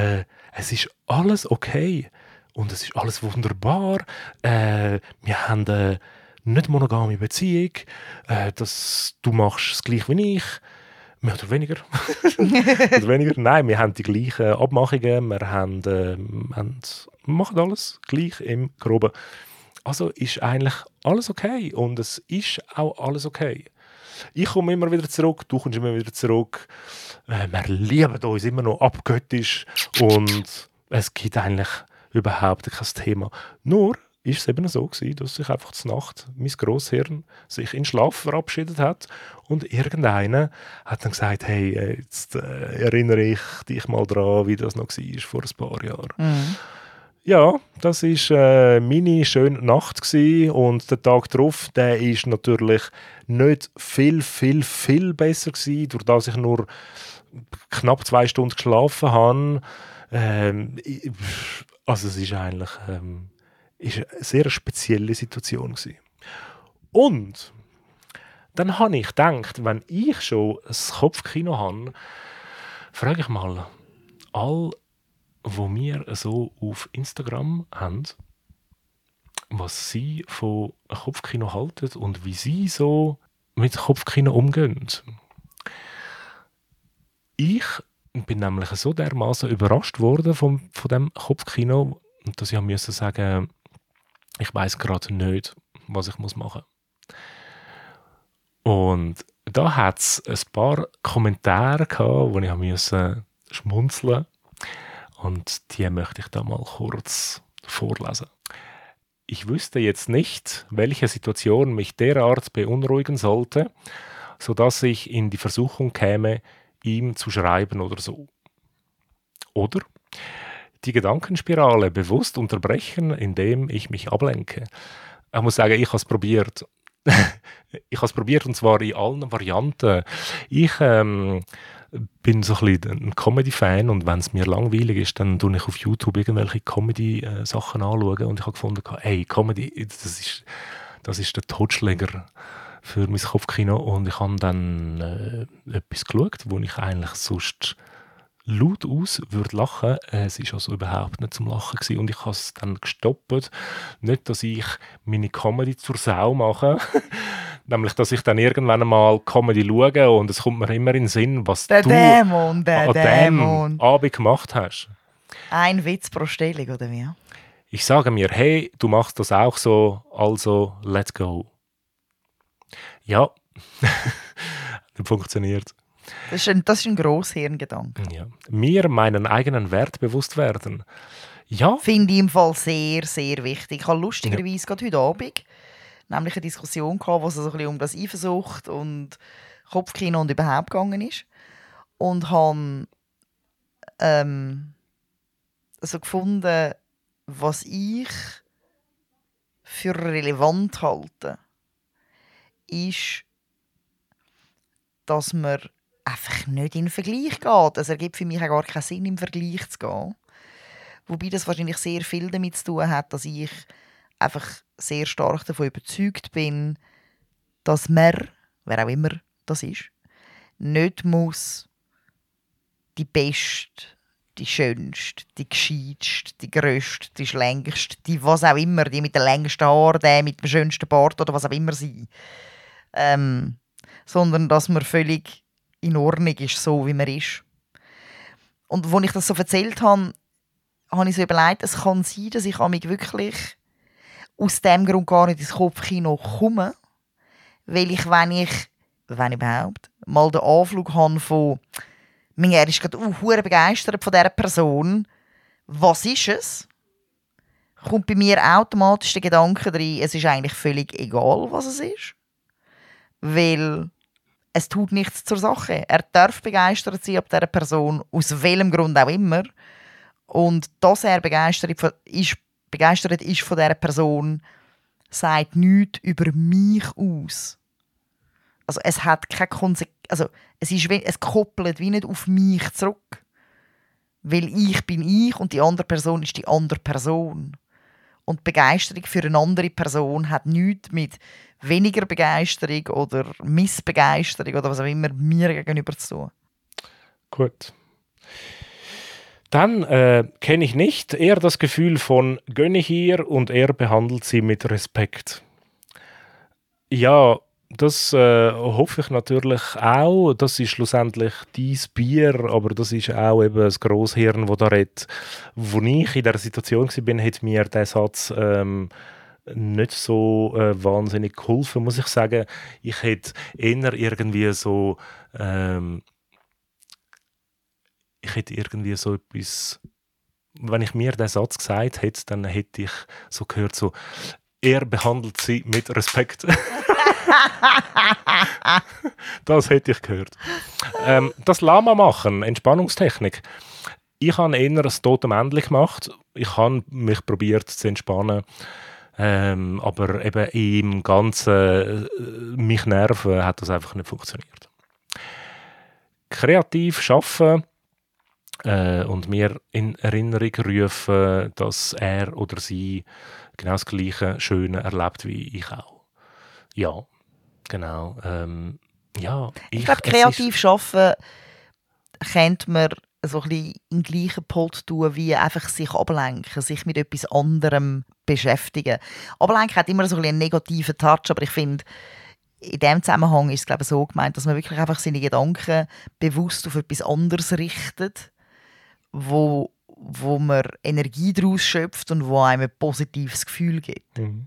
Speaker 3: es ist alles okay und es ist alles wunderbar. Wir haben eine nicht monogame Beziehung. Du machst es gleich wie ich. Mehr oder weniger. Oder weniger. Nein, wir haben die gleichen Abmachungen. Wir machen alles gleich im Groben. Also ist eigentlich alles okay und es ist auch alles okay. Ich komme immer wieder zurück, du kommst immer wieder zurück. Wir lieben uns immer noch abgöttisch und es gibt eigentlich überhaupt kein Thema. Nur ist es eben so gewesen, dass sich einfach zur Nacht mein Grosshirn sich in Schlaf verabschiedet hat und irgendeiner hat dann gesagt, hey, jetzt erinnere ich dich mal daran, wie das noch war vor ein paar Jahren.
Speaker 5: Mhm.
Speaker 3: Ja, das war meine schöne Nacht gewesen. Und der Tag darauf, der ist natürlich nicht viel besser gewesen, durch das ich nur knapp 2 Stunden geschlafen habe. Also es ist eigentlich ist eine sehr spezielle Situation gewesen. Und dann habe ich gedacht, wenn ich schon ein Kopfkino habe, frage ich mal all, wo wir so auf Instagram haben, was sie von Kopfkino halten und wie sie so mit Kopfkino umgehen. Ich bin nämlich so dermaßen überrascht worden von dem Kopfkino, dass ich musste sagen, ich weiß gerade nicht, was ich machen muss. Und da hat es ein paar Kommentare gehabt, wo ich musste schmunzeln. Und die möchte ich da mal kurz vorlesen. Ich wüsste jetzt nicht, welche Situation mich derart beunruhigen sollte, sodass ich in die Versuchung käme, ihm zu schreiben oder so. Oder die Gedankenspirale bewusst unterbrechen, indem ich mich ablenke. Ich muss sagen, ich habe es probiert. Ich habe es probiert und zwar in allen Varianten. Ich bin so ein bisschen ein Comedy-Fan und wenn es mir langweilig ist, dann schaue ich auf YouTube irgendwelche Comedy-Sachen anschauen und ich habe gefunden, hey, Comedy, das ist der Totschläger für mein Kopfkino und ich habe dann etwas geschaut, wo ich eigentlich sonst laut aus würde lachen. Es war also überhaupt nicht zum Lachen gewesen. Und ich habe es dann gestoppt. Nicht, dass ich meine Comedy zur Sau mache, nämlich, dass ich dann irgendwann einmal Comedy schaue und es kommt mir immer in den Sinn, was
Speaker 5: Der
Speaker 3: du
Speaker 5: Dämon.
Speaker 3: an dem Abend gemacht hast.
Speaker 5: Ein Witz pro Stellung, oder wie?
Speaker 3: Ich sage mir, hey, du machst das auch so, also let's go. Ja, das funktioniert.
Speaker 5: Das ist ein Grosshirngedanke.
Speaker 3: Ja. Mir meinen eigenen Wert bewusst werden. Ja.
Speaker 5: Finde ich im Fall sehr, sehr wichtig. Ich hatte lustigerweise gerade heute Abend nämlich eine Diskussion gehabt, wo es so ein bisschen um das Eifersucht und Kopfkino und überhaupt gegangen ist. Und habe so gefunden, was ich für relevant halte, ist, dass man einfach nicht in den Vergleich geht. Es ergibt für mich auch gar keinen Sinn, im Vergleich zu gehen. Wobei das wahrscheinlich sehr viel damit zu tun hat, dass ich einfach sehr stark davon überzeugt bin, dass man, wer auch immer das ist, nicht muss die Beste, die Schönste, die Gescheitste, die Grösste, die Schlängste, die was auch immer, die mit den längsten Haaren, der mit dem schönsten Bart oder was auch immer sein. Sondern dass man völlig in Ordnung ist, so wie man ist. Und als ich das so erzählt habe, habe ich so überlegt, es kann sein, dass ich mich wirklich aus dem Grund gar nicht ins Kopfkino komme, weil ich, wenn überhaupt, mal den Anflug habe von er ist gerade hure begeistert von dieser Person, was ist es? Kommt bei mir automatisch der Gedanke rein, es ist eigentlich völlig egal, was es ist. Weil es tut nichts zur Sache. Er darf begeistert sein ab dieser Person, aus welchem Grund auch immer. Und dass er begeistert ist von dieser Person, sagt nichts über mich aus. Also es hat keine es koppelt wie nicht auf mich zurück. Weil ich bin ich und die andere Person ist die andere Person. Und Begeisterung für eine andere Person hat nichts mit weniger Begeisterung oder Missbegeisterung oder was auch immer mir gegenüber zu tun.
Speaker 3: Gut. Dann kenne ich nicht eher das Gefühl von gönne ich ihr und er behandelt sie mit Respekt. Ja, das hoffe ich natürlich auch. Das ist schlussendlich dein Bier, aber das ist auch eben das Grosshirn, das da redet. Als ich in dieser Situation war, hat mir der Satz nicht so wahnsinnig geholfen, muss ich sagen. Ich hätte eher irgendwie so ich hätte irgendwie so etwas, wenn ich mir den Satz gesagt hätte, dann hätte ich so gehört, so, er behandelt sie mit Respekt. Das hätte ich gehört. Das Lama machen, Entspannungstechnik. Ich habe eher ein totem Ende gemacht. Ich habe mich probiert zu entspannen. Aber eben im Ganzen mich nerven, hat das einfach nicht funktioniert. Kreativ arbeiten und mir in Erinnerung rufen, dass er oder sie genau das Gleiche Schöne erlebt wie ich auch. Ja, genau. Ja,
Speaker 5: Ich glaube, kreativ arbeiten könnte man so ein bisschen in den gleichen Pot tun, wie einfach sich ablenken, sich mit etwas anderem beschäftigen. Ablenken hat immer so ein bisschen einen negativen Touch, aber ich finde, in diesem Zusammenhang ist es, glaube ich, so gemeint, dass man wirklich einfach seine Gedanken bewusst auf etwas anderes richtet, wo man Energie daraus schöpft und wo einem ein positives Gefühl gibt.
Speaker 3: Mhm.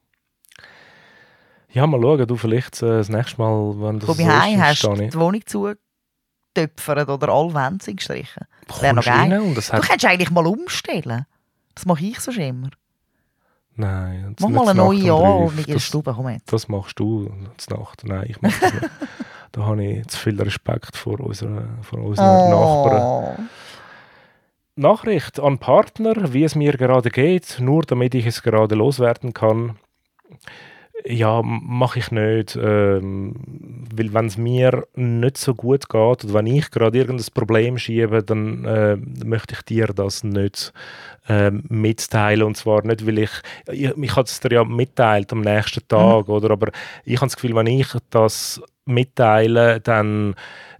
Speaker 3: Ja, mal schauen, du vielleicht das nächste Mal, wenn das
Speaker 5: Komm
Speaker 3: so
Speaker 5: heim,
Speaker 3: ist,
Speaker 5: hast du
Speaker 3: stehe ich.
Speaker 5: die Wohnung zugetöpfert oder alle Wände gestrichen. Das wäre noch
Speaker 3: Kommst rein
Speaker 5: geil.
Speaker 3: und das
Speaker 5: Du
Speaker 3: hat...
Speaker 5: kannst eigentlich mal umstellen. Das mache ich sonst immer.
Speaker 3: Nein,
Speaker 5: Mach mal eine neue Anordnung in der Stube. Komm jetzt.
Speaker 3: Das machst du zur Nacht. Nein, ich mache das nicht. Da habe ich zu viel Respekt vor unseren Nachbarn. Nachricht an Partner, wie es mir gerade geht, nur damit ich es gerade loswerden kann. Ja, mache ich nicht, weil wenn es mir nicht so gut geht oder wenn ich gerade irgendein Problem schiebe, dann möchte ich dir das nicht mitteilen, und zwar nicht, weil ich habe es dir ja mitteilt am nächsten Tag, oder? Aber ich habe das Gefühl, wenn ich das mitteile, dann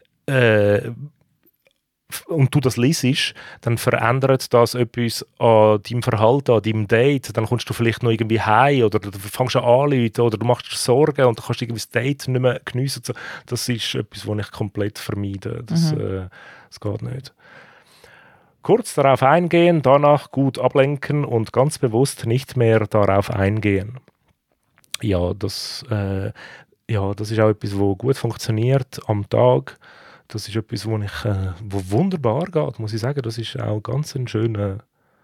Speaker 3: und du das liest, dann verändert das etwas an deinem Verhalten, an deinem Date. Dann kommst du vielleicht noch irgendwie heim oder du fängst an anzurufen oder du machst dir Sorgen und dann kannst du irgendwie das Date nicht mehr geniessen. Das ist etwas, was ich komplett vermeide. Das geht nicht. Kurz darauf eingehen, danach gut ablenken und ganz bewusst nicht mehr darauf eingehen. Ja, das ist auch etwas, was gut funktioniert am Tag. Das ist etwas, wo wunderbar geht, muss ich sagen. Das ist auch ganz ein schöner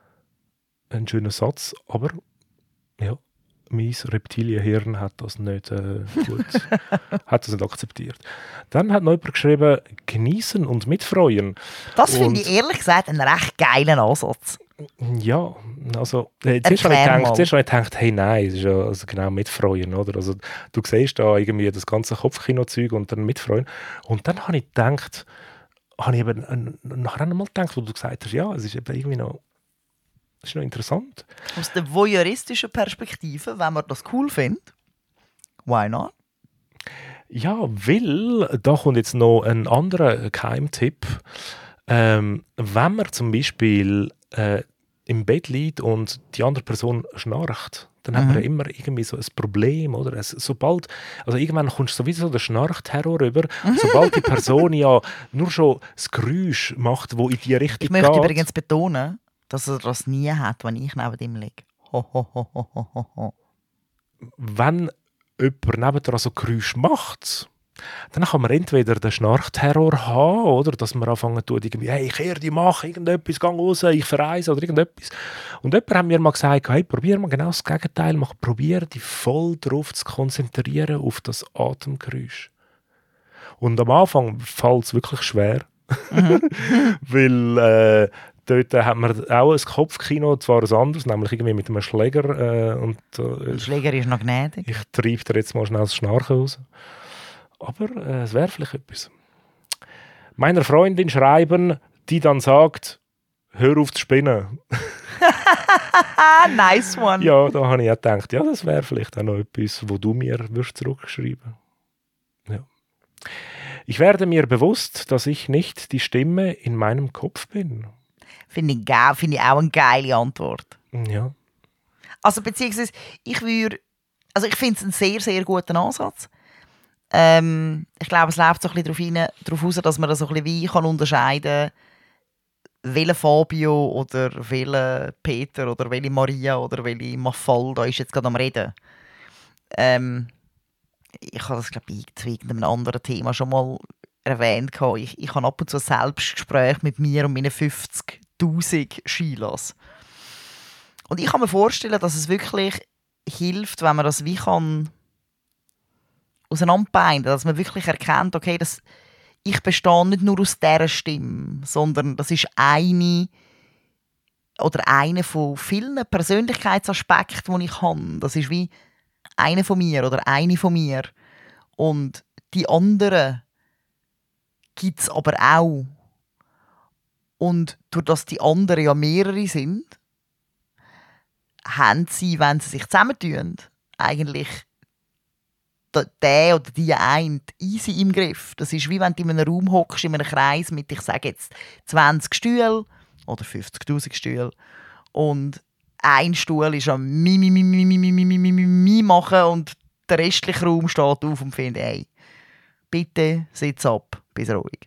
Speaker 3: Satz. Aber ja, mein Reptilienhirn hat das nicht hat das nicht akzeptiert. Dann hat noch jemand geschrieben, genießen und mitfreuen.
Speaker 5: Das finde ich ehrlich gesagt einen recht geilen Ansatz.
Speaker 3: Ja, also zuerst habe ich gedacht, hey nein, es ist ja also genau mitfreuen, oder? Also du siehst da irgendwie das ganze Kopfkino-Zeug und dann mitfreuen. Und dann habe ich gedacht, nachher einmal gedacht, wo du gesagt hast, ja, es ist eben irgendwie noch, das ist noch interessant.
Speaker 5: Aus der voyeuristischen Perspektive, wenn man das cool findet, why not?
Speaker 3: Ja, weil, da kommt jetzt noch ein anderer Geheimtipp. Wenn man zum Beispiel im Bett liegt und die andere Person schnarcht, dann hat man ja immer irgendwie so ein Problem, oder? Also irgendwann kommst du sowieso den Schnarchterror rüber, sobald die Person ja nur schon das Geräusch macht, wo in die Richtung geht.
Speaker 5: Ich möchte übrigens betonen, dass er das nie hat, wenn ich neben ihm liege. Ho, ho, ho, ho, ho, ho.
Speaker 3: Wenn jemand nebendran so Geräusch macht, dann kann man entweder den Schnarchterror haben, oder dass man anfangen tut, irgendwie, hey, ich höre dich, mach irgendetwas, geh raus, ich verreise oder irgendetwas. Und jemand hat mir mal gesagt, hey, probier mal genau das Gegenteil, probier dich voll darauf zu konzentrieren, auf das Atemgeräusch. Und am Anfang fällt es wirklich schwer, weil dort hat man auch ein Kopfkino, zwar ein anderes, nämlich irgendwie mit einem Schläger.
Speaker 5: Der Schläger ist noch gnädig.
Speaker 3: Ich treibe dir jetzt mal schnell das Schnarchen raus. Aber es wäre vielleicht etwas. Meiner Freundin schreiben, die dann sagt, hör auf zu spinnen.
Speaker 5: Nice one.
Speaker 3: Ja, da habe ich auch gedacht, ja, das wäre vielleicht auch noch etwas, wo du mir zurückschreiben würdest. Ja. Ich werde mir bewusst, dass ich nicht die Stimme in meinem Kopf bin.
Speaker 5: Finde ich auch eine geile Antwort.
Speaker 3: Ja.
Speaker 5: Also beziehungsweise, ich finde es einen sehr, sehr guten Ansatz. Ich glaube, es läuft so ein bisschen darauf raus, dass man das so ein bisschen wie kann unterscheiden kann, welcher Fabio oder welcher Peter oder welche Maria oder welche Mafalda ist jetzt gerade am Reden. Ich habe das, glaube ich, zu irgendeinem anderen Thema schon mal erwähnt. Ich habe ab und zu ein Selbstgespräch mit mir und meinen 50'000 Skilas. Und ich kann mir vorstellen, dass es wirklich hilft, wenn man das wie kann auseinanderbinden, dass man wirklich erkennt, okay, ich bestehe nicht nur aus dieser Stimme, sondern das ist eine von vielen Persönlichkeitsaspekten, die ich habe. Das ist wie eine von mir oder eine von mir. Und die anderen gibt es aber auch. Und durch das die anderen ja mehrere sind, haben sie, wenn sie sich zusammentun, eigentlich der oder die eine easy im Griff. Das ist wie wenn du in einem Raum hockst, in einem Kreis mit, ich sage jetzt, 20 Stühlen oder 50'000 Stühlen. Und ein Stuhl ist am Mi machen und der restliche Raum steht auf und findet, hey, bitte sitz ab, bist ruhig.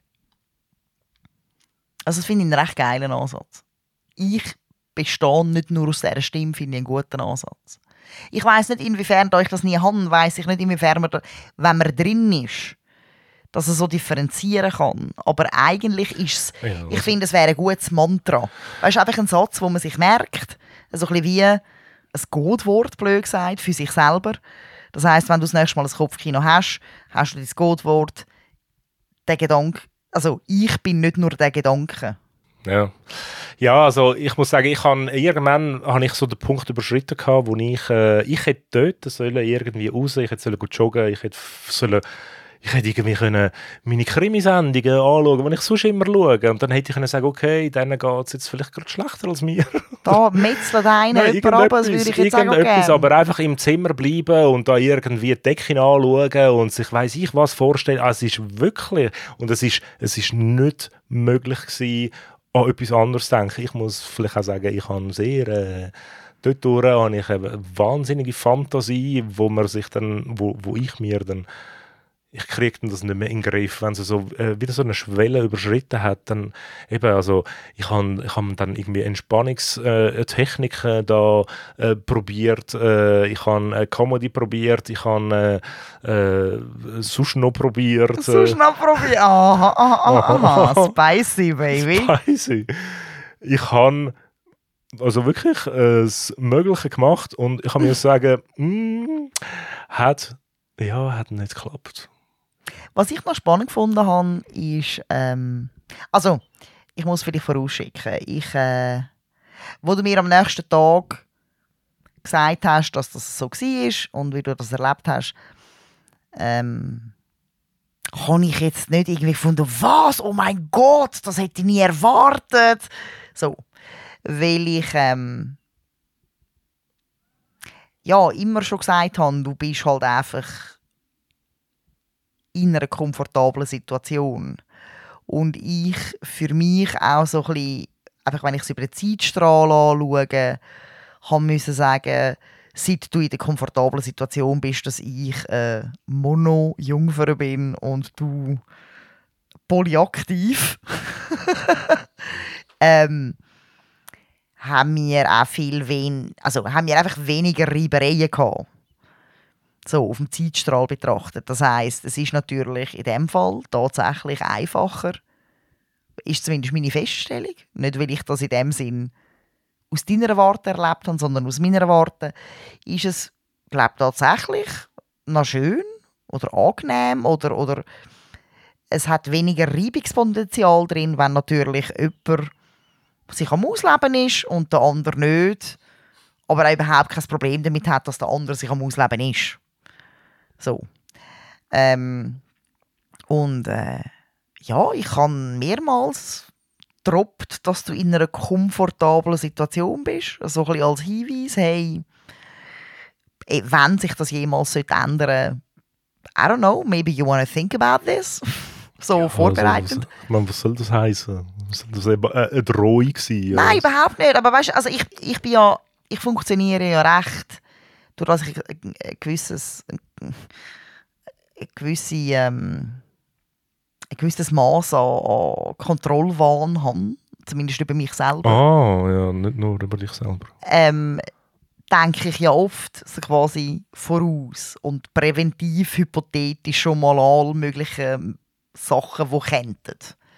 Speaker 5: Also das finde ich einen recht geilen Ansatz. Ich bestehe nicht nur aus dieser Stimme, finde ich einen guten Ansatz. Ich weiss nicht, inwiefern, da ich das nie habe, weiss ich nicht, inwiefern man, wenn man drin ist, dass er so differenzieren kann. Aber eigentlich ist es,
Speaker 3: Ja,
Speaker 5: ich finde, es wäre ein gutes Mantra. Weißt du, einfach ein Satz, wo man sich merkt, so ein bisschen wie ein Codewort, blöd gesagt, für sich selber. Das heisst, wenn du das nächste Mal ein Kopfkino hast du dein Codewort, den Gedanke, also ich bin nicht nur der Gedanke.
Speaker 3: Ja. Ja, also ich muss sagen, irgendwann habe ich so den Punkt überschritten gehabt, wo ich hätte dort sollen irgendwie raus, ich hätte sollen gut joggen, ich hätte irgendwie können meine Krimisendungen anschauen, die ich sonst immer schaue. Und dann hätte ich können sagen, okay, denen geht es jetzt vielleicht gerade schlechter als mir.
Speaker 5: Da metzelt einer jemand runter, das würde ich jetzt sagen,
Speaker 3: irgendetwas, aber einfach im Zimmer bleiben und da irgendwie die Decke anschauen und sich weiss ich was vorstellen. Also es ist wirklich, und es ist nicht möglich gewesen, an etwas anderes zu denken. Ich muss vielleicht auch sagen, ich habe sehr... dort habe ich eine wahnsinnige Fantasie, wo ich mir dann... Ich kriege das nicht mehr in den Griff, wenn sie so wieder so eine Schwelle überschritten hat, dann eben, also ich habe dann irgendwie Entspannungstechniken da probiert, ich habe Comedy probiert, ich habe sonst noch probiert.
Speaker 5: Aha. Spicy, baby.
Speaker 3: Spicy. Ich habe also wirklich das Mögliche gemacht und ich kann mir sagen, hat nicht geklappt.
Speaker 5: Was ich noch spannend gefunden habe, ist, also, ich muss vielleicht vorausschicken, wo du mir am nächsten Tag gesagt hast, dass das so war und wie du das erlebt hast, habe ich jetzt nicht irgendwie gefunden, was, oh mein Gott, das hätte ich nie erwartet. So, weil ich immer schon gesagt habe, du bist halt einfach in einer komfortablen Situation. Und ich für mich auch so ein bisschen, einfach wenn ich es über den Zeitstrahl anschaue, musste sagen, seit du in der komfortablen Situation bist, dass ich Mono-Jungfer bin und du polyaktiv, haben wir auch haben wir einfach weniger Reibereien gehabt. So, auf dem Zeitstrahl betrachtet. Das heisst, es ist natürlich in dem Fall tatsächlich einfacher. Ist zumindest meine Feststellung. Nicht, weil ich das in dem Sinn aus deiner Warte erlebt habe, sondern aus meiner Warte. Ist es, glaube ich, tatsächlich noch schön oder angenehm oder es hat weniger Reibungspotenzial drin, wenn natürlich jemand sich am Ausleben ist und der andere nicht, aber auch überhaupt kein Problem damit hat, dass der andere sich am Ausleben ist. So. Ich habe mehrmals getroppt, dass du in einer komfortablen Situation bist. So ein bisschen als Hinweis, hey, wenn sich das jemals ändern sollte, I don't know, maybe you want to think about this. so vorbereitend.
Speaker 3: Was soll das heißen? Soll das eben eine Drohung sein?
Speaker 5: Nein, überhaupt nicht. Aber weißt, also ich funktioniere ja recht, durch dass ich ein gewisses Maß an Kontrollwahn habe, zumindest über mich selber.
Speaker 3: Ja, nicht nur über dich selber.
Speaker 5: Denke ich ja oft so quasi voraus und präventiv, hypothetisch schon mal alle möglichen Sachen, die könnten.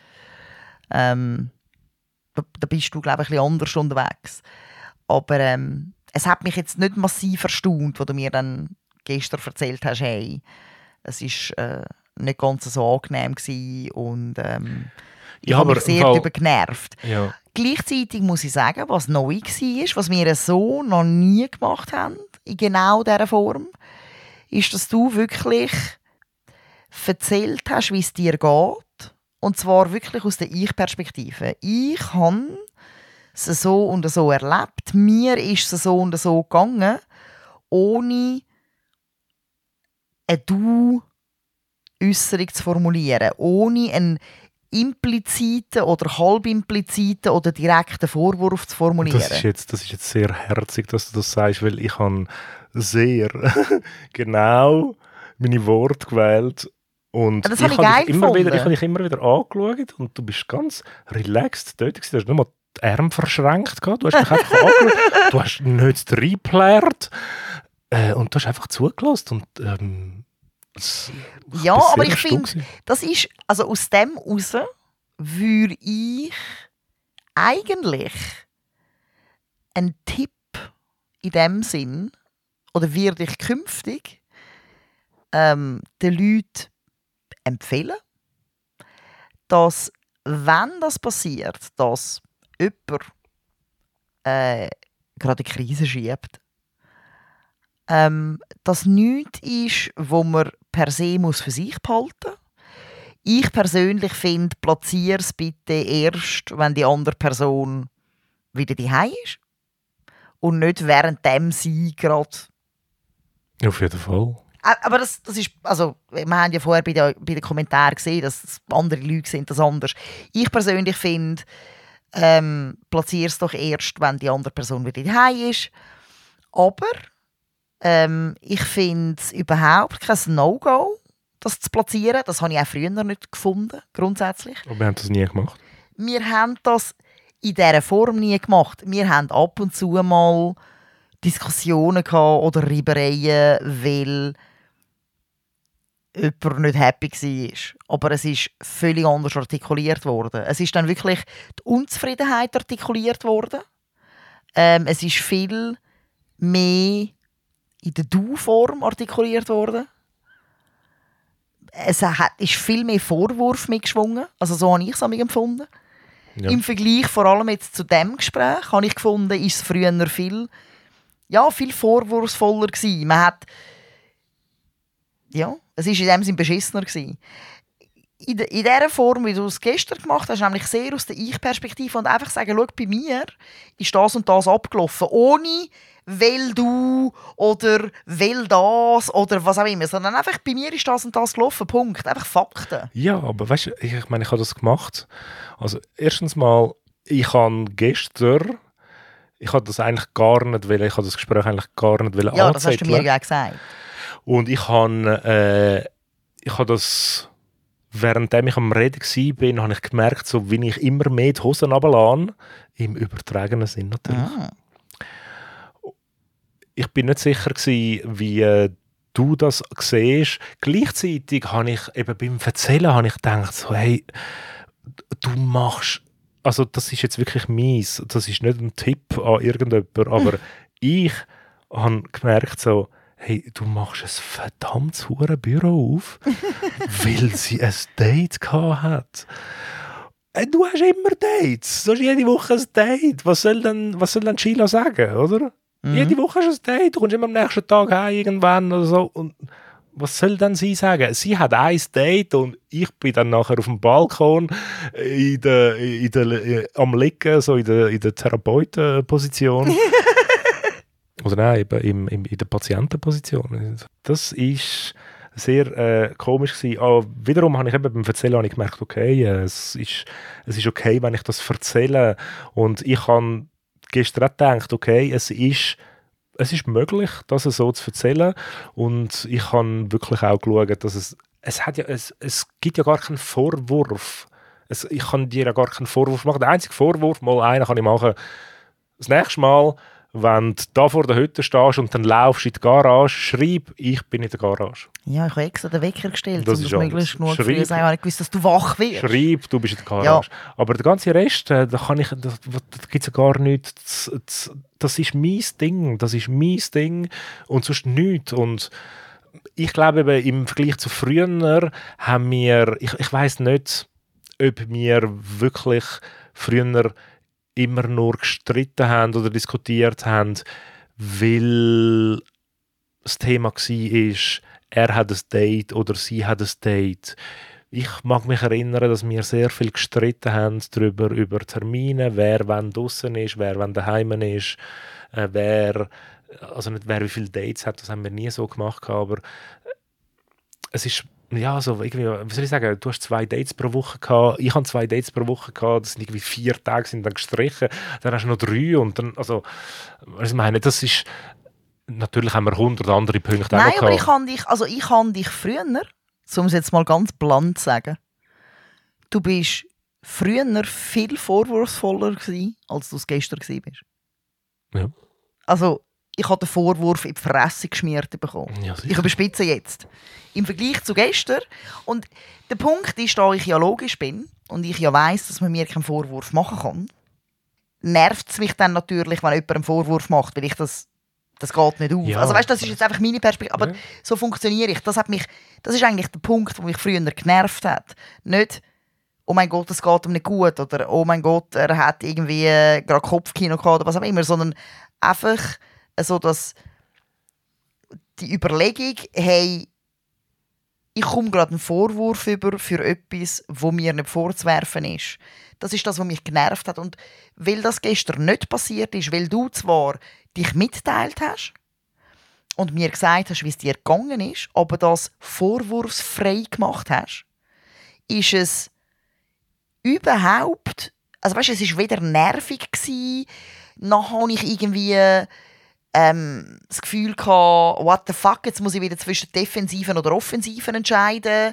Speaker 5: Da bist du, glaube ich, ein bisschen anders unterwegs. Aber es hat mich jetzt nicht massiv erstaunt, als du mir dann gestern erzählt hast, hey, es war nicht ganz so angenehm gewesen und ich habe mich sehr darüber genervt.
Speaker 3: Ja.
Speaker 5: Gleichzeitig muss ich sagen, was neu war, was wir so noch nie gemacht haben, in genau dieser Form, ist, dass du wirklich erzählt hast, wie es dir geht. Und zwar wirklich aus der Ich-Perspektive. Ich habe es so und so erlebt. Mir ist es so und so gegangen, ohne eine Du-Äusserung zu formulieren. Ohne einen impliziten oder halbimpliziten oder direkten Vorwurf zu formulieren.
Speaker 3: Das ist jetzt sehr herzig, dass du das sagst, weil ich habe sehr genau meine Worte gewählt. Und
Speaker 5: das habe ich geil gefunden.
Speaker 3: Ich habe dich immer wieder angeschaut und du bist ganz relaxed dort gewesen. Du hast nicht mal die Arme verschränkt gehabt. Du hast mich einfach angeschaut. Du hast nicht reingeplärt. Und du hast einfach zugelassen. Und,
Speaker 5: ja, aber ich finde, das ist, also aus dem heraus würde ich eigentlich einen Tipp in dem Sinn, oder würde ich künftig den Leuten empfehlen, dass, wenn das passiert, dass jemand gerade eine Krise schiebt, dass nichts ist, wo man per se muss für sich behalten muss. Ich persönlich finde, platziere es bitte erst, wenn die andere Person wieder daheim ist. Und nicht währenddem sie gerade.
Speaker 3: Auf jeden Fall.
Speaker 5: Aber das ist, also, wir haben ja vorher bei den Kommentaren gesehen, dass es andere Leute sind das anders. Ich persönlich finde, platziere es doch erst, wenn die andere Person wieder daheim ist. Aber ich finde es überhaupt kein No-Go, das zu platzieren. Das habe ich auch früher nicht gefunden, grundsätzlich.
Speaker 3: Aber wir haben das nie gemacht.
Speaker 5: Wir haben das in dieser Form nie gemacht. Wir haben ab und zu mal Diskussionen gehabt oder Reibereien, weil jemand nicht happy war. Aber es ist völlig anders artikuliert worden. Es ist dann wirklich die Unzufriedenheit artikuliert worden. Es ist viel mehr in der Du-Form artikuliert worden. Es ist viel mehr Vorwurf mitgeschwungen. Also so habe ich es empfunden. Ja. Im Vergleich vor allem jetzt zu diesem Gespräch habe ich gefunden, ist es früher viel vorwurfsvoller gewesen. Man hat, es war in dem Sinne beschissener gewesen. In dieser Form, wie du es gestern gemacht hast, nämlich sehr aus der Ich-Perspektive und einfach sagen, schau, bei mir ist das und das abgelaufen, ohne weil du oder weil das oder was auch immer, sondern einfach, bei mir ist das und das gelaufen, Punkt. Einfach Fakten.
Speaker 3: Ja, aber weißt du, ich meine, ich habe das gemacht. Also erstens mal, ich habe gestern, ich habe das eigentlich gar nicht wollen, ich habe das Gespräch eigentlich gar nicht wollen
Speaker 5: anzetteln. Das hast du mir ja gesagt.
Speaker 3: Und ich habe das, währenddem ich am Reden war, habe ich gemerkt, so wie ich immer mehr die Hosen runterlasse, im übertragenen Sinn natürlich. Ich bin nicht sicher gewesen, wie du das siehst. Gleichzeitig habe ich eben beim Erzählen gedacht, so, hey, du machst, also das ist jetzt wirklich mies, das ist nicht ein Tipp an irgendjemand, aber ich habe gemerkt, so, hey, du machst ein verdammtes Büro auf, weil sie ein Date gehabt hat. Du hast immer Dates, du hast jede Woche ein Date. Was soll denn Sheila sagen, oder? Jede Woche hast du ein Date, du kommst immer am nächsten Tag heim irgendwann oder so. Und was soll denn sie sagen? Sie hat ein Date und ich bin dann nachher auf dem Balkon am Liegen, so in der Therapeutenposition. Oder nein, eben in der Patientenposition. Das ist sehr komisch gewesen. Aber wiederum habe ich eben beim Erzählen habe ich gemerkt, okay, es ist okay, wenn ich das erzähle. Und ich habe gestern auch gedacht, okay, es ist möglich, das so zu erzählen. Und ich habe wirklich auch geschaut, dass es gibt ja gar keinen Vorwurf. Ich kann dir ja gar keinen Vorwurf machen. Der einzige Vorwurf, mal einen kann ich machen, das nächste Mal, wenn du da vor der Hütte stehst und dann laufst in die Garage, schreib, ich bin in der Garage.
Speaker 5: Ja, ich habe extra den Wecker gestellt,
Speaker 3: Das
Speaker 5: um
Speaker 3: ist
Speaker 5: das möglichst
Speaker 3: anders.
Speaker 5: genug früh zu sagen. Ich habe nicht gewusst, dass du wach wirst.
Speaker 3: Schreib, du bist in der Garage. Ja. Aber der ganze Rest, da gibt es ja gar nichts. Das ist mein Ding. Das ist mein Ding und sonst nichts. Und ich glaube, eben, im Vergleich zu früher haben wir, ich weiss nicht, ob wir wirklich früher immer nur gestritten haben oder diskutiert haben, weil das Thema war, er hat ein Date oder sie hat ein Date. Ich mag mich erinnern, dass wir sehr viel gestritten haben über Termine, wer wann draussen ist, wer wann daheim ist, also nicht wer wie viele Dates hat, das haben wir nie so gemacht, aber es ist ja, so irgendwie, wie soll ich sagen, du hast 2 Dates pro Woche gehabt, ich habe 2 Dates pro Woche gehabt, das sind irgendwie 4 Tage sind dann gestrichen, dann hast du noch 3 und dann, also, was ich meine, das ist, natürlich haben wir 100 andere Punkte
Speaker 5: Nein,
Speaker 3: auch
Speaker 5: aber
Speaker 3: gehabt.
Speaker 5: ich habe dich früher, um es jetzt mal ganz blunt zu sagen, du bist früher viel vorwurfsvoller gewesen, als du es gestern gewesen bist.
Speaker 3: Ja.
Speaker 5: Also, ich habe den Vorwurf in die Fresse geschmiert bekommen.
Speaker 3: Ja, sicher.
Speaker 5: Ich überspitze jetzt. Im Vergleich zu gestern. Und der Punkt ist, da ich ja logisch bin und ich ja weiss, dass man mir keinen Vorwurf machen kann, nervt es mich dann natürlich, wenn jemand einen Vorwurf macht, weil ich das geht nicht auf.
Speaker 3: Ja,
Speaker 5: also weißt, das ist jetzt einfach meine Perspektive. Aber so funktioniere ich. Das ist eigentlich der Punkt, der mich früher genervt hat. Nicht, oh mein Gott, es geht ihm nicht gut oder oh mein Gott, er hat irgendwie gerade Kopfkino gehabt oder was auch immer, sondern einfach so, dass die Überlegung, hey, ich komme gerade einen Vorwurf über für etwas, wo mir nicht vorzuwerfen ist. Das ist das, was mich genervt hat. Und weil das gestern nicht passiert ist, weil du zwar dich mitgeteilt hast und mir gesagt hast, wie es dir gegangen ist, aber das vorwurfsfrei gemacht hast, ist es überhaupt, also weißt, es war weder nervig gewesen, noch habe ich irgendwie das Gefühl gehabt, what the fuck, jetzt muss ich wieder zwischen Defensiven oder Offensiven entscheiden.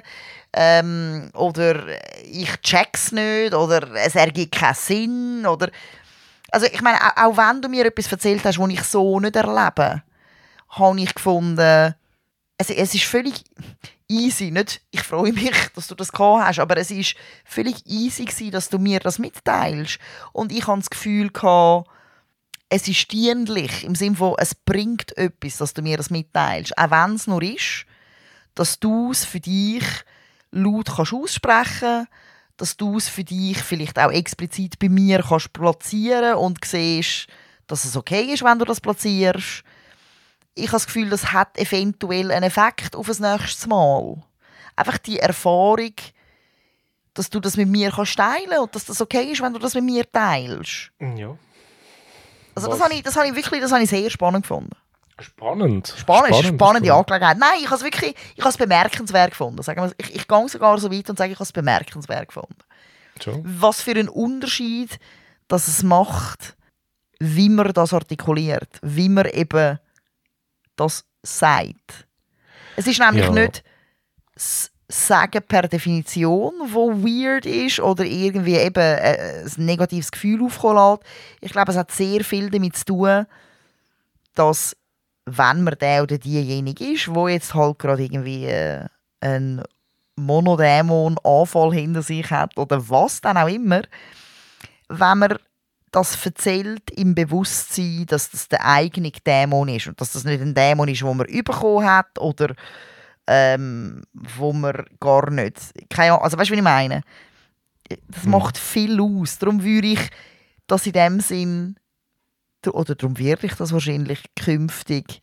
Speaker 5: Oder ich check's nicht, oder es ergibt keinen Sinn. Oder also ich meine, auch wenn du mir etwas erzählt hast, was ich so nicht erlebe, habe ich gefunden, es ist völlig easy. Nicht, ich freue mich, dass du das gehabt hast, aber es ist völlig easy gewesen, dass du mir das mitteilst. Und ich hatte das Gefühl gehabt, es ist dienlich, im Sinne von, es bringt etwas, dass du mir das mitteilst. Auch wenn es nur ist, dass du es für dich laut kannst aussprechen, dass du es für dich vielleicht auch explizit bei mir kannst platzieren und siehst, dass es okay ist, wenn du das platzierst. Ich habe das Gefühl, das hat eventuell einen Effekt auf das nächste Mal. Einfach die Erfahrung, dass du das mit mir kannst teilen und dass das okay ist, wenn du das mit mir teilst.
Speaker 3: Ja.
Speaker 5: Also das habe ich sehr spannend gefunden. Spannende Angelegenheit. Nein, ich habe es bemerkenswert gefunden. Sagen wir, ich gehe sogar so weit und sage, ich habe es bemerkenswert gefunden.
Speaker 3: So.
Speaker 5: Was für einen Unterschied dass es macht, wie man das artikuliert, wie man eben das sagt. Es ist nämlich nicht das Sagen per Definition, wo weird ist oder irgendwie eben ein negatives Gefühl aufkommen lässt. Ich glaube, es hat sehr viel damit zu tun, dass, wenn man der oder diejenige ist, wo jetzt halt gerade irgendwie einen Monodämon-Anfall hinter sich hat oder was dann auch immer, wenn man das erzählt im Bewusstsein, dass das der eigene Dämon ist und dass das nicht ein Dämon ist, den man bekommen hat oder wo man gar nicht... Keine Ahnung, also weißt du, wie ich meine? Das macht viel aus. Darum würde ich das in dem Sinn, oder darum werde ich das wahrscheinlich künftig,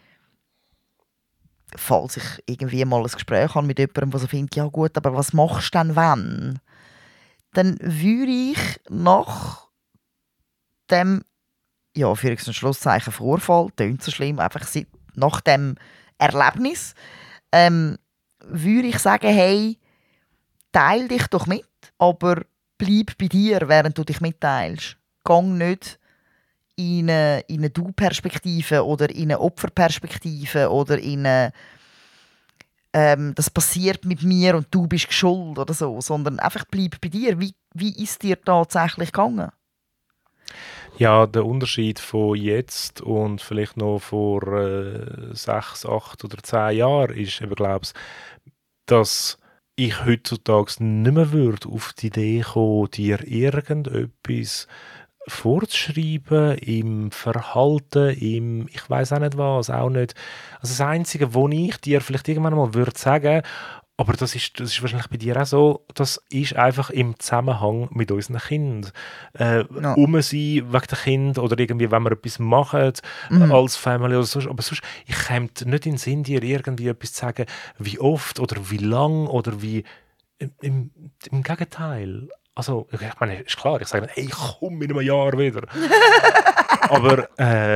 Speaker 5: falls ich irgendwie mal ein Gespräch habe mit jemandem, der so findet, ja gut, aber was machst du denn, wenn? Dann würde ich nach dem, ja, für ein Schlusszeichen Vorfall, klingt so schlimm, einfach nach dem Erlebnis, würde ich sagen, hey, teil dich doch mit, aber bleib bei dir, während du dich mitteilst. Gang nicht in eine Du-Perspektive oder in eine Opferperspektive oder in eine das passiert mit mir und du bist schuld oder so, sondern einfach bleib bei dir. Wie ist dir tatsächlich gegangen?
Speaker 3: Ja, der Unterschied von jetzt und vielleicht noch vor 6, 8 oder 10 Jahren ist eben, glaube ich, dass ich heutzutage nicht mehr würde auf die Idee kommen, dir irgendetwas vorzuschreiben im Verhalten, im ich weiß auch nicht was, auch nicht. Also das Einzige, was ich dir vielleicht irgendwann mal würde sagen, aber das ist wahrscheinlich bei dir auch so, das ist einfach im Zusammenhang mit unseren Kindern.
Speaker 5: Ja.
Speaker 3: Sein wegen der Kind oder irgendwie, wenn wir etwas machen als Family oder so. Aber sonst, ich käme nicht in den Sinn, dir irgendwie etwas zu sagen, wie oft oder wie lang oder wie... Im Gegenteil. Also, ich meine, ist klar, ich sage nicht, hey, komm in einem Jahr wieder. Aber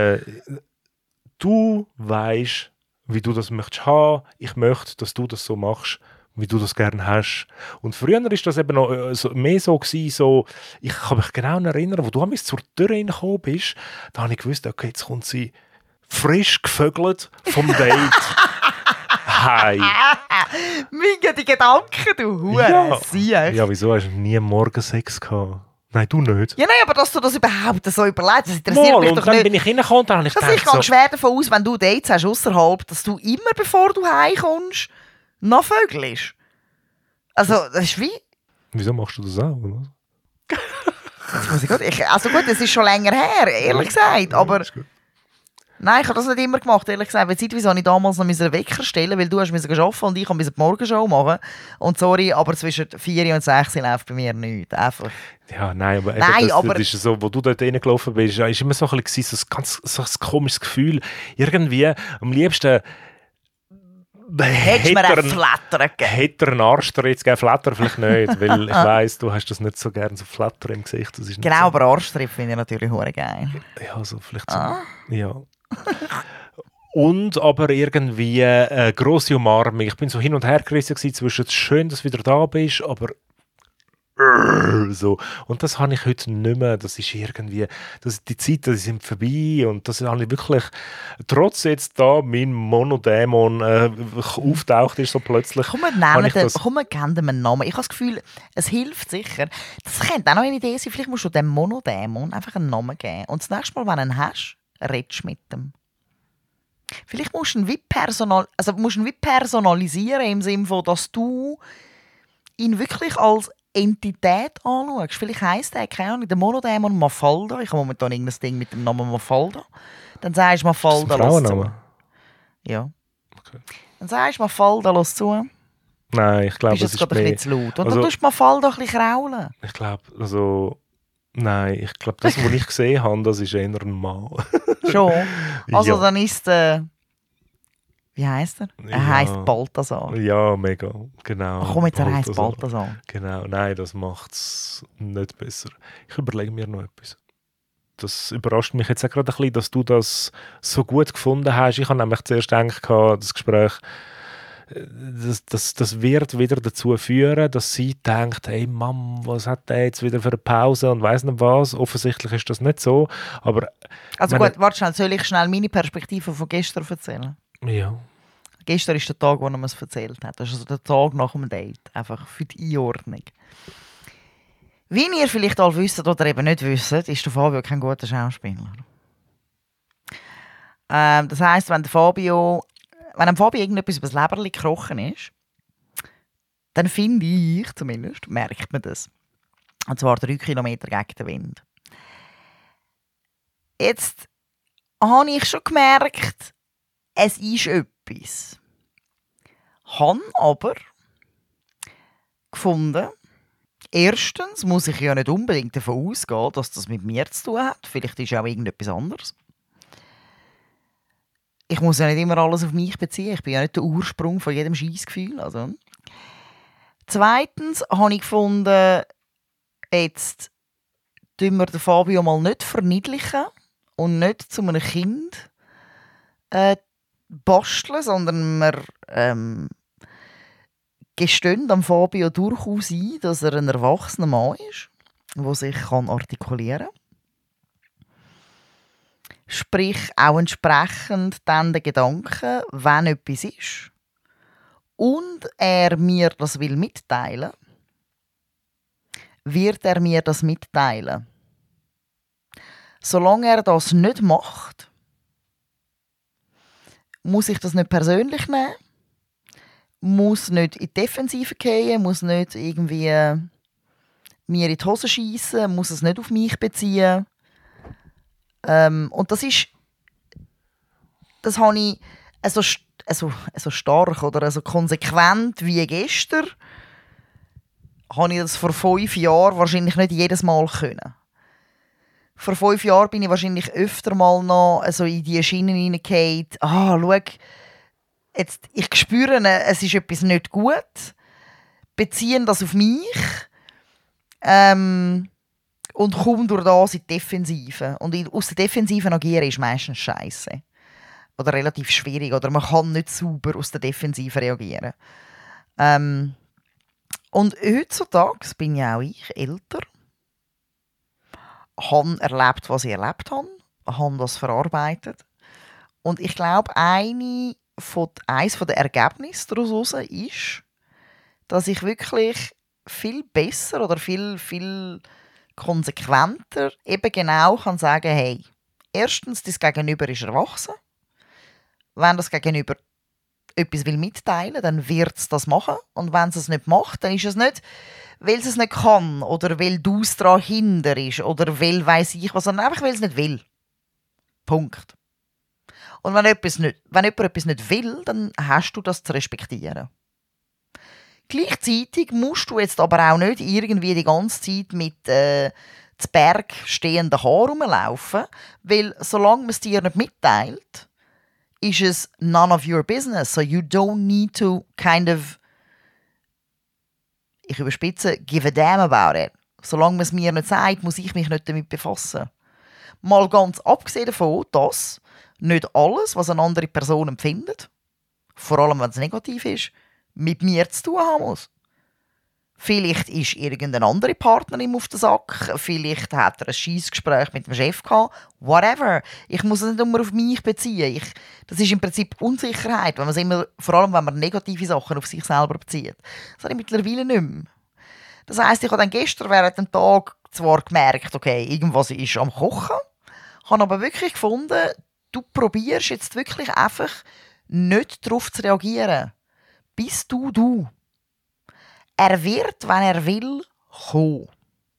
Speaker 3: du weißt, wie du das möchtest haben. Ich möchte, dass du das so machst, wie du das gerne hast. Und früher war das eben noch mehr so gewesen, so, ich kann mich genau erinnern, wo du einmal zur Tür reingekommen bist, da habe ich gewusst, okay, jetzt kommt sie frisch gevögelt vom Date. Hi.
Speaker 5: Mega die Gedanken, du Hure.
Speaker 3: Ja, wieso hast du nie Morgensex gehabt? Nein, du nicht.
Speaker 5: Ja, nein, aber dass du das überhaupt so überlegst, das interessiert
Speaker 3: Mal,
Speaker 5: mich
Speaker 3: und
Speaker 5: doch
Speaker 3: dann
Speaker 5: nicht.
Speaker 3: bin ich reingekommen und dann habe ich
Speaker 5: Also
Speaker 3: gedacht,
Speaker 5: ich gehe schwer davon aus, wenn du Dates hast ausserhalb, dass du immer, bevor du heimkommst, noch vögelst. Also, das ist wie...
Speaker 3: Wieso machst du das auch? Oder?
Speaker 5: Das muss ich gut, also gut, es ist schon länger her, ehrlich gesagt, aber... Nein, ich habe das nicht immer gemacht, ehrlich gesagt. Weil zeitweise habe ich damals noch einen Wecker stellen, weil du hast arbeiten und ich musste die Morgenshow machen. Und sorry, aber zwischen 4 und 6 läuft bei mir nichts. Einfach.
Speaker 3: Ja, nein, aber, das ist so, wo du dort reingelaufen bist, ist immer so ein bisschen so ein ganz so ein komisches Gefühl. Irgendwie, am liebsten
Speaker 5: hättest du mir einen Flatter gegeben.
Speaker 3: Hätte er einen Arschtritt gegeben, Flatter vielleicht nicht, weil ich weiss, du hast das nicht so gerne, so Flatter im Gesicht. Das ist
Speaker 5: genau,
Speaker 3: so.
Speaker 5: aber Arschtritt finde ich natürlich hure geil.
Speaker 3: Ja, so vielleicht so. Ja. Und aber irgendwie eine grosse Umarmung. Ich bin so hin und her gerissen zwischen schön, dass du wieder da bist, aber so. Und das habe ich heute nicht mehr. Das ist irgendwie, die Zeiten die sind vorbei und das habe ich wirklich, trotz jetzt da mein Monodämon auftaucht ist so plötzlich.
Speaker 5: Komm, wir geben dem einen Namen. Ich habe das Gefühl, es hilft sicher. Das könnte auch noch eine Idee sein. Vielleicht musst du dem Monodämon einfach einen Namen geben. Und das nächste Mal, wenn du ihn hast, redest mit dem. Vielleicht musst du ihn wie personalisieren im Sinne von, dass du ihn wirklich als Entität anschaust. Vielleicht heisst der, keine Ahnung, der Monodämon Mafalda. Ich habe momentan irgendein Ding mit dem Namen Mafalda. Dann sagst du Mafalda,
Speaker 3: los zu.
Speaker 5: Ja. Okay. Dann sagst du Mafalda, los zu.
Speaker 3: Nein, ich glaube,
Speaker 5: das ist gerade ein bisschen zu laut. Und dann tust du Mafalda ein bisschen kraulen.
Speaker 3: Ich glaube, also... Nein, ich glaube, das, was ich gesehen habe, das ist eher ein Mann.
Speaker 5: Schon? Also
Speaker 3: ja.
Speaker 5: Dann ist wie heisst er? Er heisst Balthasar.
Speaker 3: Ja, mega, genau.
Speaker 5: Ach komm, jetzt er heisst Balthasar.
Speaker 3: Genau, nein, das macht es nicht besser. Ich überlege mir noch etwas. Das überrascht mich jetzt auch gerade ein bisschen, dass du das so gut gefunden hast. Ich habe nämlich zuerst gedacht, das Gespräch, das wird wieder dazu führen, dass sie denkt, hey Mom, was hat der jetzt wieder für eine Pause und weiss nicht was. Offensichtlich ist das nicht so. Aber,
Speaker 5: also gut, warte schnell, soll ich schnell meine Perspektive von gestern erzählen?
Speaker 3: Ja.
Speaker 5: Gestern ist der Tag, wo er mir es erzählt hat. Das ist also der Tag nach dem Date. Einfach für die Einordnung. Wie ihr vielleicht alle wisst oder eben nicht wisst, ist der Fabio kein guter Schauspieler. Das heisst, wenn dem Fabio irgendetwas über das Leberli gekrochen ist, dann finde ich zumindest, merkt man das. Und zwar 3 Kilometer gegen den Wind. Jetzt habe ich schon gemerkt, es ist etwas. Habe aber gefunden, erstens muss ich ja nicht unbedingt davon ausgehen, dass das mit mir zu tun hat. Vielleicht ist es auch irgendetwas anderes. Ich muss ja nicht immer alles auf mich beziehen. Ich bin ja nicht der Ursprung von jedem Scheissgefühl. Also. Zweitens habe ich gefunden, jetzt tun wir den Fabio mal nicht verniedlichen und nicht zu einem Kind basteln, sondern wir gestehen am Fabio durchaus ein, dass er ein erwachsener Mann ist, der sich artikulieren kann. Sprich, auch entsprechend dann den Gedanken, wenn etwas ist und er mir das will mitteilen, wird er mir das mitteilen. Solange er das nicht macht, muss ich das nicht persönlich nehmen, muss nicht in die Defensive gehen, muss nicht irgendwie mir in die Hose schiessen, muss es nicht auf mich beziehen. Und das habe ich so stark oder so konsequent wie gestern, habe ich das vor 5 Jahren wahrscheinlich nicht jedes Mal können. Vor 5 Jahren bin ich wahrscheinlich öfter mal noch so in die Schienen hineingefallen. Schau, jetzt, ich spüre, es ist etwas nicht gut. Beziehen das auf mich. Und komme durch das in die Defensive. Und aus der Defensive agieren ist meistens scheiße. Oder relativ schwierig. Oder man kann nicht sauber aus der Defensive reagieren. Und heutzutage bin ja auch ich älter. Habe erlebt, was ich erlebt habe. Habe das verarbeitet. Und ich glaube, eines der Ergebnisse daraus ist, dass ich wirklich viel besser oder viel konsequenter eben genau kann sagen, hey, erstens, das Gegenüber ist erwachsen. Wenn das Gegenüber etwas will mitteilen, dann wird es das machen. Und wenn es nicht macht, dann ist es nicht, weil es nicht kann oder weil du es daran hinderst oder weil weiss ich was, sondern einfach, weil es nicht will. Punkt. Und wenn jemand etwas nicht will, dann hast du das zu respektieren. Gleichzeitig musst du jetzt aber auch nicht irgendwie die ganze Zeit mit zu Berg stehenden Haaren rumlaufen, weil solange man es dir nicht mitteilt, ist es none of your business. So you don't need to kind of, ich überspitze, give a damn about it. Solange man es mir nicht sagt, muss ich mich nicht damit befassen. Mal ganz abgesehen davon, dass nicht alles, was eine andere Person empfindet, vor allem wenn es negativ ist, mit mir zu tun haben muss. Vielleicht ist irgendeine andere Partnerin auf den Sack, vielleicht hat er ein Scheissgespräch mit dem Chef gehabt, whatever. Ich muss es nicht immer auf mich beziehen. Das ist im Prinzip Unsicherheit, vor allem wenn man negative Sachen auf sich selber bezieht. Das habe ich mittlerweile nicht mehr. Das heisst, ich habe dann gestern während dem Tag zwar gemerkt, okay, irgendwas ist am Kochen, habe aber wirklich gefunden, du probierst jetzt wirklich einfach nicht darauf zu reagieren. Bist du. Er wird, wenn er will, kommen.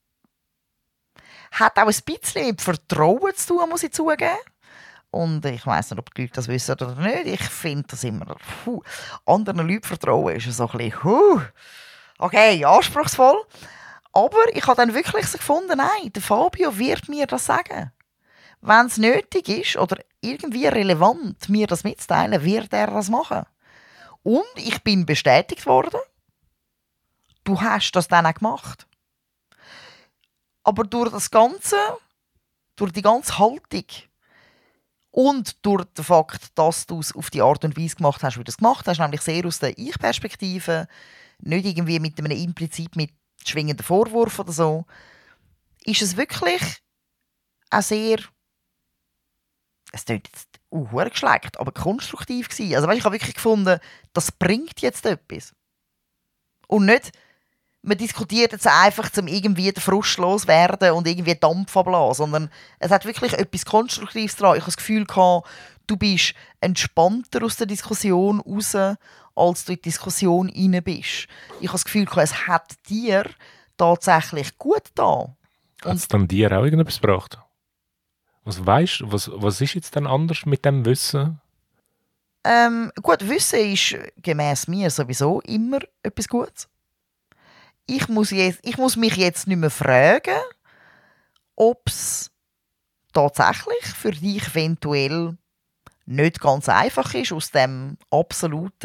Speaker 5: Hat auch ein bisschen mit Vertrauen zu tun, muss ich zugeben. Und ich weiss nicht, ob die Leute das wissen oder nicht. Ich finde das immer... Anderen Leuten vertrauen ist so ein bisschen... Okay, anspruchsvoll. Aber ich habe dann wirklich so gefunden, nein, der Fabio wird mir das sagen. Wenn es nötig ist oder irgendwie relevant, mir das mitzuteilen, wird er das machen. Und ich bin bestätigt worden, du hast das dann auch gemacht. Aber durch die ganze Haltung und durch den Fakt, dass du es auf die Art und Weise gemacht hast, wie du es gemacht hast, nämlich sehr aus der Ich-Perspektive, nicht irgendwie mit einem implizit mitschwingenden Vorwurf oder so, ist es wirklich auch sehr, es klingt jetzt geschleckt, aber konstruktiv gewesen. Also weißt, ich habe wirklich gefunden, das bringt jetzt etwas. Und nicht, man diskutiert jetzt einfach, um irgendwie den Frust loswerden und irgendwie Dampf ablassen, sondern es hat wirklich etwas Konstruktives dran. Ich habe das Gefühl gehabt, du bist entspannter aus der Diskussion raus, als du in die Diskussion rein bist. Ich habe das Gefühl gehabt, es hat dir tatsächlich gut getan.
Speaker 3: Hat es dann dir auch irgendetwas gebracht? Was weißt du, was ist jetzt dann anders mit dem Wissen?
Speaker 5: Gut, Wissen ist gemäss mir sowieso immer etwas Gutes. Ich muss mich jetzt nicht mehr fragen, ob es tatsächlich für dich eventuell nicht ganz einfach ist, aus dieser absolut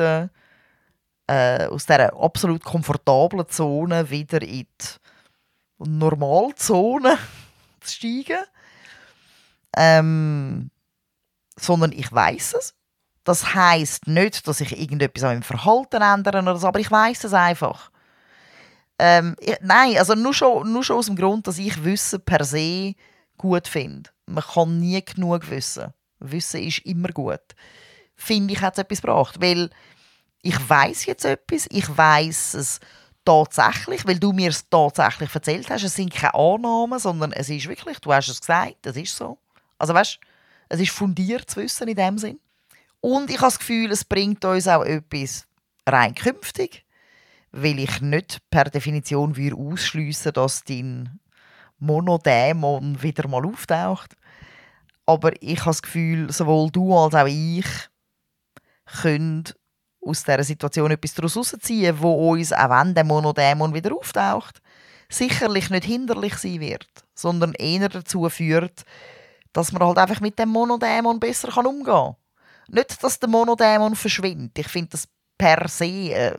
Speaker 5: komfortablen Zone wieder in die Normalzone zu steigen. Sondern ich weiss es. Das heisst nicht, dass ich irgendetwas an meinem Verhalten ändere oder so, aber ich weiss es einfach. Nein, also nur schon aus dem Grund, dass ich Wissen per se gut finde. Man kann nie genug wissen. Wissen ist immer gut. Finde ich, hat es etwas gebracht. Weil ich weiss jetzt etwas, ich weiss es tatsächlich, weil du mir es tatsächlich erzählt hast. Es sind keine Annahmen, sondern es ist wirklich, du hast es gesagt, es ist so. Also weißt, es ist fundiertes Wissen in dem Sinn. Und ich habe das Gefühl, es bringt uns auch etwas rein künftig, weil ich nicht per Definition ausschliessen würde, dass dein Monodämon wieder mal auftaucht. Aber ich habe das Gefühl, sowohl du als auch ich können aus dieser Situation etwas daraus herausziehen, wo uns, auch wenn der Monodämon wieder auftaucht, sicherlich nicht hinderlich sein wird, sondern eher dazu führt, dass man halt einfach mit dem Monodämon besser umgehen kann. Nicht, dass der Monodämon verschwindet. Ich finde das per se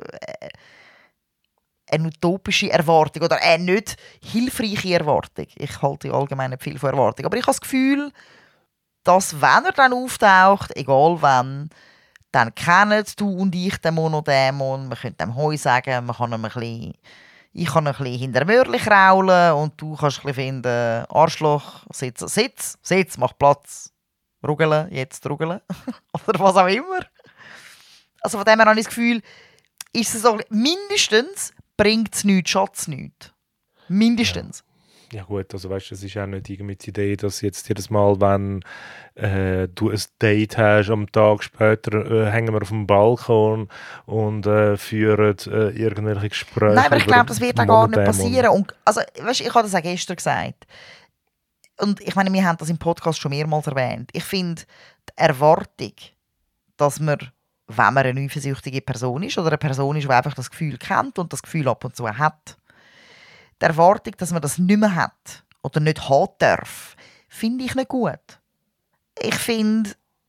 Speaker 5: eine utopische Erwartung oder eine nicht hilfreiche Erwartung. Ich halte allgemein nicht viel von Erwartung. Aber ich habe das Gefühl, dass wenn er dann auftaucht, egal wann, dann kennen du und ich den Monodämon. Man könnte dem Heu sagen, man kann ihm ich kann ein bisschen hinter Mörli kraulen und du kannst ein bisschen finden, Arschloch, Sitz, mach Platz. Rugeln, jetzt rugeln. Oder was auch immer. Also von dem her habe ich das Gefühl, ist es so, mindestens bringt es nichts, schadet es nichts. Mindestens.
Speaker 3: Ja gut, also weißt du, es ist auch nicht irgendwie die Idee, dass jetzt jedes Mal, wenn du ein Date hast, am Tag später hängen wir auf dem Balkon und führen irgendwelche Gespräche.
Speaker 5: Nein, aber ich glaube, das wird auch gar nicht passieren. Und, also, weißt, ich habe das auch gestern gesagt. Und ich meine, wir haben das im Podcast schon mehrmals erwähnt. Ich finde, die Erwartung, dass man, wenn man eine eifersüchtige Person ist oder eine Person ist, die einfach das Gefühl kennt und das Gefühl ab und zu hat, die Erwartung, dass man das nicht mehr hat oder nicht haben darf, finde ich nicht gut. Ich finde,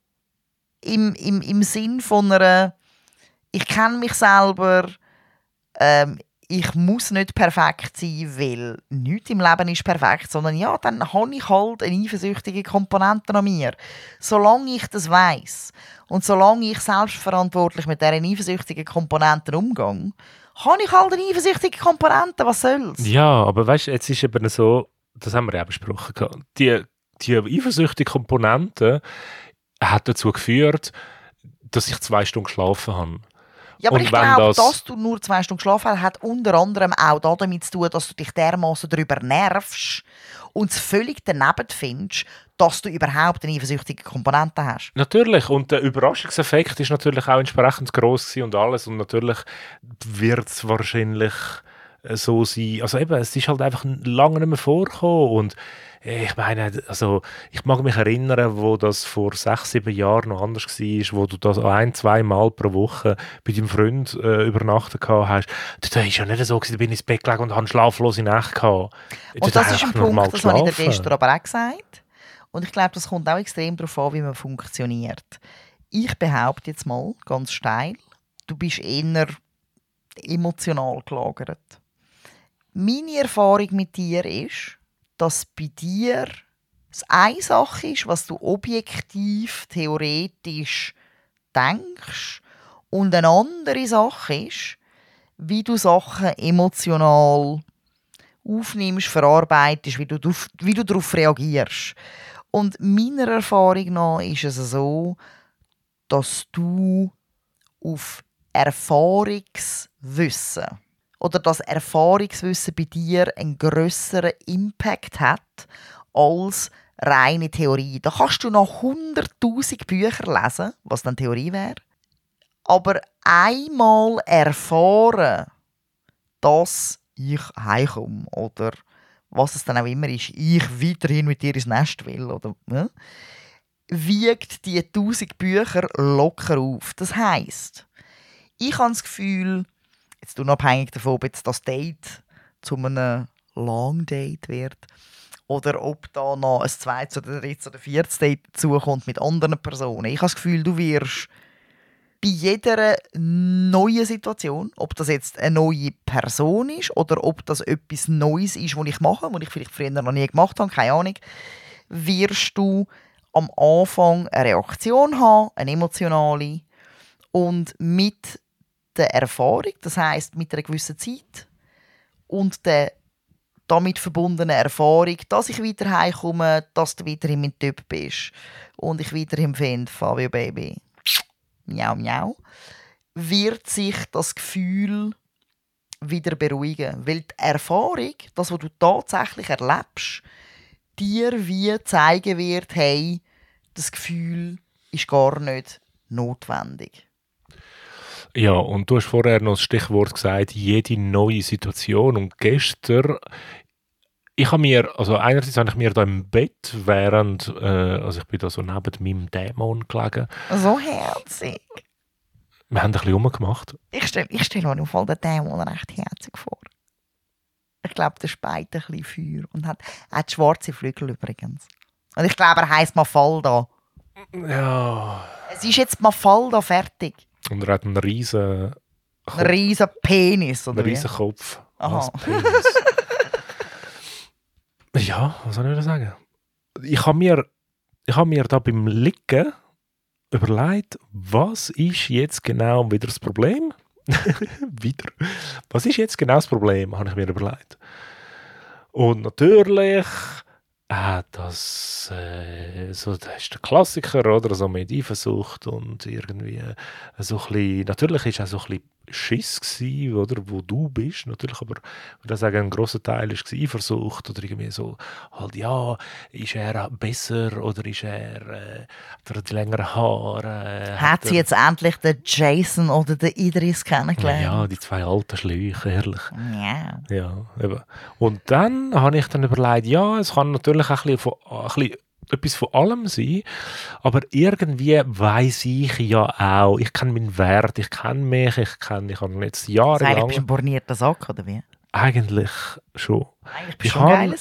Speaker 5: im Sinn von einer, ich kenne mich selber, ich muss nicht perfekt sein, weil nichts im Leben ist perfekt, sondern ja, dann habe ich halt eine eifersüchtige Komponente an mir. Solange ich das weiss und solange ich selbstverantwortlich mit dieser eifersüchtigen Komponente umgehe, habe ich halt eine eifersüchtige Komponente, was soll's?
Speaker 3: Ja, aber weißt du, jetzt ist eben so, das haben wir ja besprochen, die eifersüchtige Komponente hat dazu geführt, dass ich 2 Stunden geschlafen habe.
Speaker 5: Ja, aber
Speaker 3: und
Speaker 5: ich glaube,
Speaker 3: das
Speaker 5: dass du nur 2 Stunden geschlafen hast, hat unter anderem auch damit zu tun, dass du dich dermaßen darüber nervst und es völlig daneben findest, dass du überhaupt eine eifersüchtige Komponente hast.
Speaker 3: Natürlich, und der Überraschungseffekt ist natürlich auch entsprechend gross gewesen und alles, und natürlich wird es wahrscheinlich so sein, also eben, es ist halt einfach lange nicht mehr vorgekommen und ich meine, also ich mag mich erinnern, wo das vor 6, 7 Jahren noch anders war, wo du das 1-2 Mal pro Woche bei deinem Freund übernachtet hast. Das war ja nicht so, da bin ich ins Bett gelegen und hatte schlaflose Nächte gehabt.
Speaker 5: Und das ist ein Punkt, das habe ich dir gestern aber auch gesagt. Und ich glaube, das kommt auch extrem darauf an, wie man funktioniert. Ich behaupte jetzt mal, ganz steil, du bist eher emotional gelagert. Meine Erfahrung mit dir ist, dass bei dir es eine Sache ist, was du objektiv, theoretisch denkst, und eine andere Sache ist, wie du Sachen emotional aufnimmst, verarbeitest, wie du darauf reagierst. Und meiner Erfahrung nach ist es so, dass du auf Erfahrungswissen oder das Erfahrungswissen bei dir einen grösseren Impact hat als reine Theorie. Da kannst du noch 100'000 Bücher lesen, was dann Theorie wäre. Aber einmal erfahren, dass ich heimkomme oder was es dann auch immer ist, ich weiterhin mit dir ins Nest will, oder, ne? Wiegt die 1000 Bücher locker auf. Das heisst, ich habe das Gefühl, jetzt unabhängig davon, ob jetzt das Date zu einem Long Date wird oder ob da noch ein zweites oder drittes oder viertes Date dazukommt mit anderen Personen. Ich habe das Gefühl, du wirst bei jeder neuen Situation, ob das jetzt eine neue Person ist oder ob das etwas Neues ist, was ich mache, was ich vielleicht früher noch nie gemacht habe, keine Ahnung, wirst du am Anfang eine Reaktion haben, eine emotionale, und mit der Erfahrung, das heisst mit einer gewissen Zeit und der damit verbundenen Erfahrung, dass ich wieder heimkomme, dass du weiterhin mein Typ bist und ich weiterhin finde, Fabio Baby, miau miau, wird sich das Gefühl wieder beruhigen. Weil die Erfahrung, das, was du tatsächlich erlebst, dir wie zeigen wird, hey, das Gefühl ist gar nicht notwendig.
Speaker 3: Ja, und du hast vorher noch das Stichwort gesagt, jede neue Situation. Und gestern, einerseits habe ich mir da im Bett, während, ich bin da so neben meinem Dämon gelegen.
Speaker 5: So herzig.
Speaker 3: Wir haben ein bisschen rumgemacht.
Speaker 5: Ich stell mir im Fall den Dämon recht herzig vor. Ich glaube, der speit ein bisschen Feuer und hat schwarze Flügel übrigens. Und ich glaube, er heisst Mafalda.
Speaker 3: Ja.
Speaker 5: Es ist jetzt Mafalda fertig.
Speaker 3: Und er hat einen riesen
Speaker 5: Penis, oder
Speaker 3: einen riesen Kopf.
Speaker 5: Aha.
Speaker 3: als Penis. Ja, was soll ich sagen? Ich habe mir da beim Liegen überlegt, was ist jetzt genau wieder das Problem? Was ist jetzt genau das Problem, habe ich mir überlegt. Und natürlich, das ist der Klassiker, oder? So mit Eifersucht und irgendwie so ein bisschen, natürlich ist auch so ein bisschen Schiss gewesen, oder? Wo du bist, natürlich, aber ich würde sagen, ein grosser Teil war Eifersucht oder irgendwie so, halt, ja, ist er besser oder ist hat er die längeren Haare?
Speaker 5: Hat sie jetzt endlich den Jason oder den Idris kennengelernt?
Speaker 3: Ja, die zwei alten Schläuche, ehrlich.
Speaker 5: Ja.
Speaker 3: Ja, eben. Und dann habe ich dann überlegt, ja, es kann natürlich auch ein bisschen etwas von allem sein, aber irgendwie weiss ich ja auch, ich kenne meinen Wert, ich kenne mich, ich habe jetzt jahrelang...
Speaker 5: Bist du ein bornierter Sack, oder wie?
Speaker 3: Eigentlich schon.
Speaker 5: Eigentlich bist
Speaker 3: Ich
Speaker 5: du schon geil.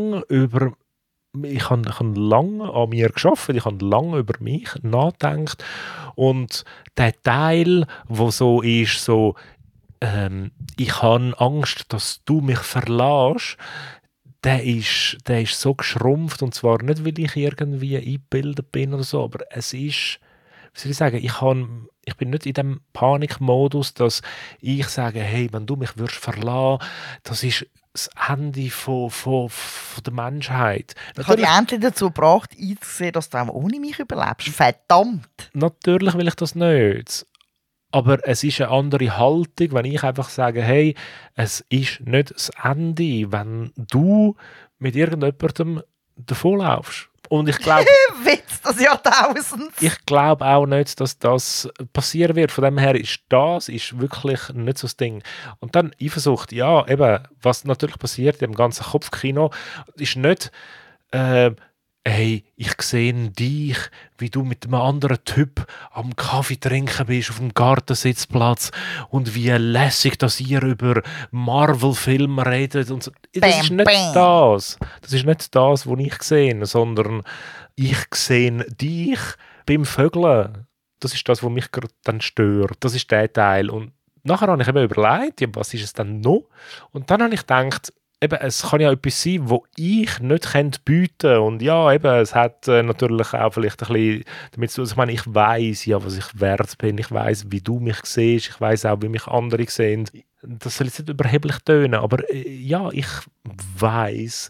Speaker 3: Ich habe lange an mir gearbeitet, ich habe lange über mich nachgedacht und der Teil, wo so ist, so ich habe Angst, dass du mich verlässt, der ist so geschrumpft, und zwar nicht, weil ich irgendwie eingebildet bin oder so, aber es ist, wie soll ich sagen, ich bin nicht in dem Panikmodus, dass ich sage, hey, wenn du mich würdest verlassen, das ist das Ende von der Menschheit.
Speaker 5: Ich habe dich endlich dazu gebracht, einzusehen, dass du auch ohne mich überlebst. Verdammt!
Speaker 3: Natürlich will ich das nicht. Aber es ist eine andere Haltung, wenn ich einfach sage, hey, es ist nicht das Ende, wenn du mit irgendjemandem davonlaufst. Und ich glaube...
Speaker 5: Witz des Jahrtausends!
Speaker 3: Ich glaube auch nicht, dass das passieren wird. Von dem her ist das wirklich nicht so das Ding. Und dann Eifersucht, ja, eben, was natürlich passiert im ganzen Kopfkino, ist nicht... hey, ich sehe dich, wie du mit einem anderen Typ am Kaffee trinken bist, auf dem Gartensitzplatz und wie lässig, dass ihr über Marvel-Filme redet. Und so. Das ist nicht das. Das ist nicht das, was ich sehe, sondern ich sehe dich beim Vögeln. Das ist das, was mich gerade dann stört. Das ist der Teil. Und nachher habe ich eben überlegt, ja, was ist es denn noch? Und dann habe ich gedacht, eben, es kann ja etwas sein, das ich nicht bieten könnte. Und ja, eben, es hat natürlich auch vielleicht ein bisschen damit zu tun, ich meine, ich weiss ja, was ich wert bin. Ich weiss, wie du mich siehst. Ich weiss auch, wie mich andere sehen. Das soll jetzt nicht überheblich tönen, aber ja, ich weiss,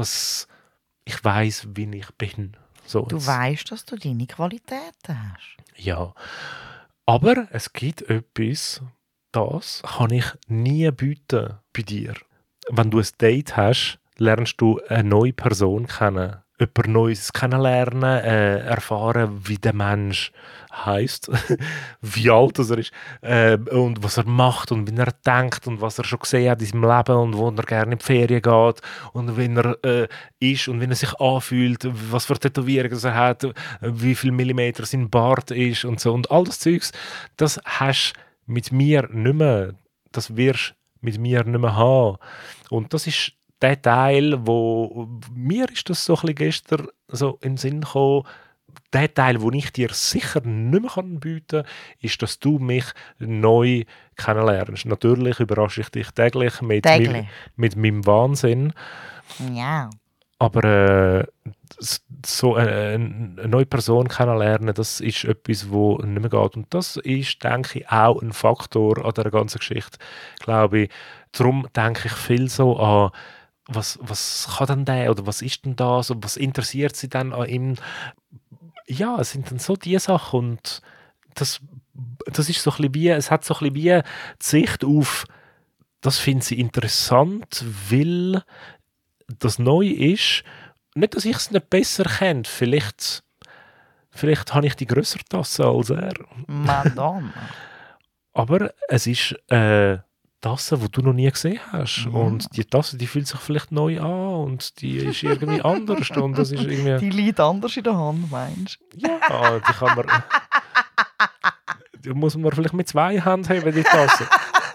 Speaker 3: wie ich bin. So,
Speaker 5: Du weißt, dass du deine Qualitäten hast.
Speaker 3: ja. Aber es gibt etwas, das kann ich nie bieten bei dir. Wenn du ein Date hast, lernst du eine neue Person kennen. Jemand Neues kennenlernen, erfahren, wie der Mensch heisst, wie alt er ist und was er macht und wie er denkt und was er schon gesehen hat in seinem Leben und wo er gerne in die Ferien geht und wie er ist und wie er sich anfühlt, was für Tätowierungen er hat, wie viel Millimeter sein Bart ist und so. Und all das Zeugs, das hast du mit mir nicht mehr. Das wirst du mit mir nicht mehr haben. Und das ist der Teil, wo mir ist das so ein bisschen gestern so in den Sinn gekommen, der Teil, den ich dir sicher nicht mehr bieten kann, ist, dass du mich neu kennenlernst. Natürlich überrasche ich dich täglich mit meinem Wahnsinn.
Speaker 5: Ja.
Speaker 3: Aber so eine neue Person kennenlernen, das ist etwas, wo nicht mehr geht. Und das ist, denke ich, auch ein Faktor an dieser ganzen Geschichte, glaube ich. Darum denke ich viel so an, was kann denn der oder was ist denn das und was interessiert sie dann an ihm? Ja, es sind dann so die Sachen und das ist so ein bisschen wie, es hat so ein bisschen wie die Sicht auf, das finden sie interessant, weil das neu ist. Nicht, dass ich es nicht besser kenne. Vielleicht habe ich die grössere Tasse als er.
Speaker 5: Madonna.
Speaker 3: Aber es ist eine Tasse, die du noch nie gesehen hast. Und die Tasse, die fühlt sich vielleicht neu an und die ist irgendwie anders. Und das ist irgendwie...
Speaker 5: Die liegt anders in der Hand, meinst du?
Speaker 3: Ja, die kann man... Die muss man vielleicht mit 2 Händen haben, die Tasse.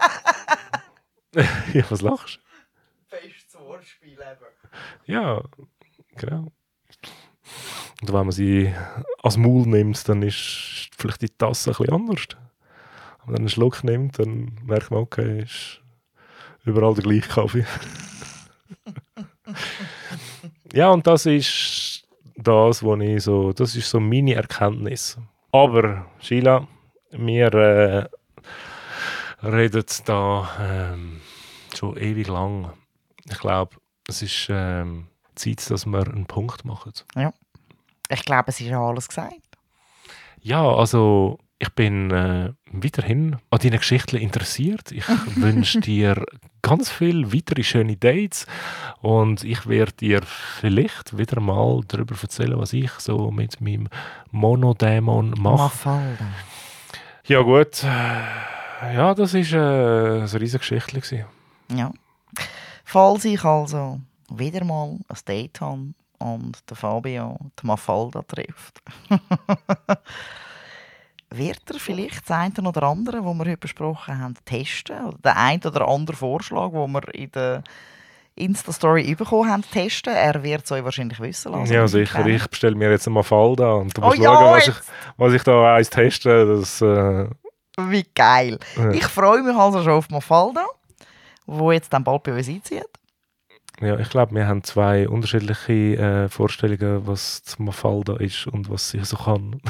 Speaker 3: Ja, was lachst du?
Speaker 5: Festes Wortspiel eben.
Speaker 3: Ja, genau. Und wenn man sie als Maul nimmt, dann ist vielleicht die Tasse ein bisschen anders. Aber wenn man einen Schluck nimmt, dann merkt man, okay, ist überall der gleiche Kaffee. Ja, und das ist das, was ich so, das ist so meine Erkenntnis. Aber, Sheila, wir reden da schon ewig lang. Ich glaube, es ist Zeit, dass wir einen Punkt machen.
Speaker 5: Ja. Ich glaube, es ist ja alles gesagt.
Speaker 3: Ja, also ich bin weiterhin an deinen Geschichten interessiert. Ich wünsche dir ganz viele weitere schöne Dates und ich werde dir vielleicht wieder mal darüber erzählen, was ich so mit meinem Monodämon mache.
Speaker 5: Mafalda.
Speaker 3: Ja gut, ja, das war eine riesige Geschichte.
Speaker 5: Ja. Falls ich also wieder mal ein Date habe und der Fabio die Mafalda trifft, wird er vielleicht das eine oder andere, das wir heute besprochen haben, testen? Oder den einen oder anderen Vorschlag, den wir in der Insta-Story bekommen haben, testen? Er wird es euch wahrscheinlich wissen lassen.
Speaker 3: Ja, sicher. Ich bestelle mir jetzt einen Mafalda und du musst
Speaker 5: ja,
Speaker 3: schauen, was ich da eins teste. Das,
Speaker 5: wie geil.
Speaker 3: Ja.
Speaker 5: Ich freue mich also schon auf Mafalda, wo jetzt dann bald bei uns einzieht.
Speaker 3: Ja, ich glaube, wir haben 2 unterschiedliche Vorstellungen, was das Mafalda ist und was sie so kann.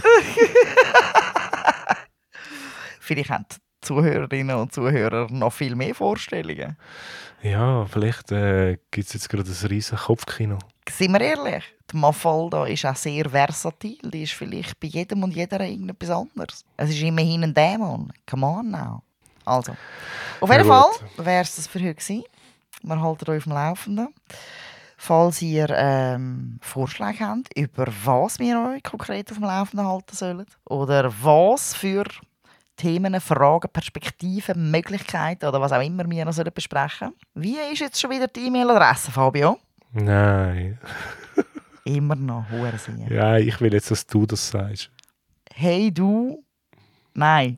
Speaker 5: Vielleicht haben die Zuhörerinnen und Zuhörer noch viel mehr Vorstellungen.
Speaker 3: Ja, vielleicht gibt es jetzt gerade ein riesen Kopfkino.
Speaker 5: Sind wir ehrlich, die Mafalda ist auch sehr versatil. Die ist vielleicht bei jedem und jeder irgendetwas anderes. Es ist immerhin ein Dämon. Come on now. Also, auf jeden Fall wäre es das für heute gewesen. Wir halten euch auf dem Laufenden. Falls ihr Vorschläge habt, über was wir euch konkret auf dem Laufenden halten sollen oder was für Themen, Fragen, Perspektiven, Möglichkeiten oder was auch immer wir noch besprechen sollen. Wie ist jetzt schon wieder die E-Mail-Adresse, Fabio?
Speaker 3: Nein.
Speaker 5: Immer noch Hurensinnen.
Speaker 3: Ja, ich will jetzt, dass du das sagst.
Speaker 5: Hey du. Nein.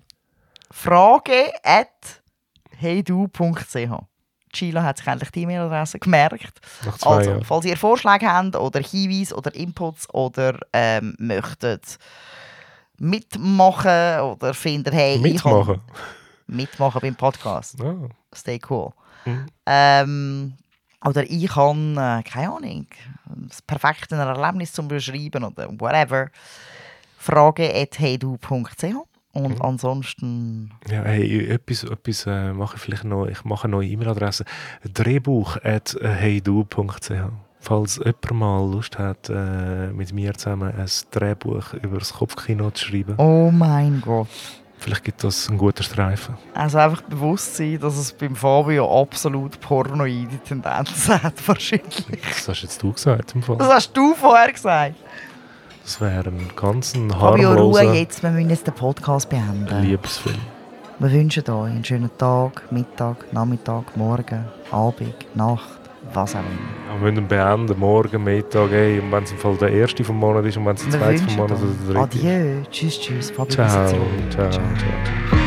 Speaker 5: Frage@heydu.ch. Sheila hat sich endlich die E-Mail-Adresse gemerkt.
Speaker 3: Nach 2
Speaker 5: Also,
Speaker 3: Jahren.
Speaker 5: falls ihr Vorschläge habt oder Hinweise oder Inputs oder möchtet mitmachen oder findet, hey,
Speaker 3: Mitmachen?
Speaker 5: mitmachen beim Podcast.
Speaker 3: Ah.
Speaker 5: Stay cool.
Speaker 3: Mhm.
Speaker 5: Oder ich kann, keine Ahnung, das perfekte Erlebnis zum Beschreiben oder whatever. Frage@heydu.ch. Und ansonsten...
Speaker 3: Ja, hey, etwas mache ich vielleicht noch. Ich mache eine neue E-Mail-Adresse. Drehbuch@heydu.ch. Falls jemand mal Lust hat, mit mir zusammen ein Drehbuch über das Kopfkino zu schreiben.
Speaker 5: Oh mein Gott.
Speaker 3: Vielleicht gibt das einen guten Streifen.
Speaker 5: Also einfach bewusst sein, dass es beim Fabio absolut pornoide Tendenzen hat, wahrscheinlich.
Speaker 3: Das hast jetzt du gesagt im Fall.
Speaker 5: Das hast du vorher gesagt.
Speaker 3: Das wäre ein ganz
Speaker 5: Fabio, Ruhe
Speaker 3: harmloser
Speaker 5: jetzt, wir müssen jetzt den Podcast beenden.
Speaker 3: Liebesfilm.
Speaker 5: Wir wünschen euch einen schönen Tag, Mittag, Nachmittag, Morgen, Abend, Nacht, was auch immer.
Speaker 3: Ja, wir müssen beenden, morgen, Mittag, ey. Und wenn es im Fall der erste vom Monat ist und wenn es der
Speaker 5: Wir
Speaker 3: zweite vom
Speaker 5: wünschen
Speaker 3: Monat oder der dritte.
Speaker 5: Adieu, tschüss, Fabio.
Speaker 3: Ciao,
Speaker 5: bis jetzt.
Speaker 3: ciao, ciao.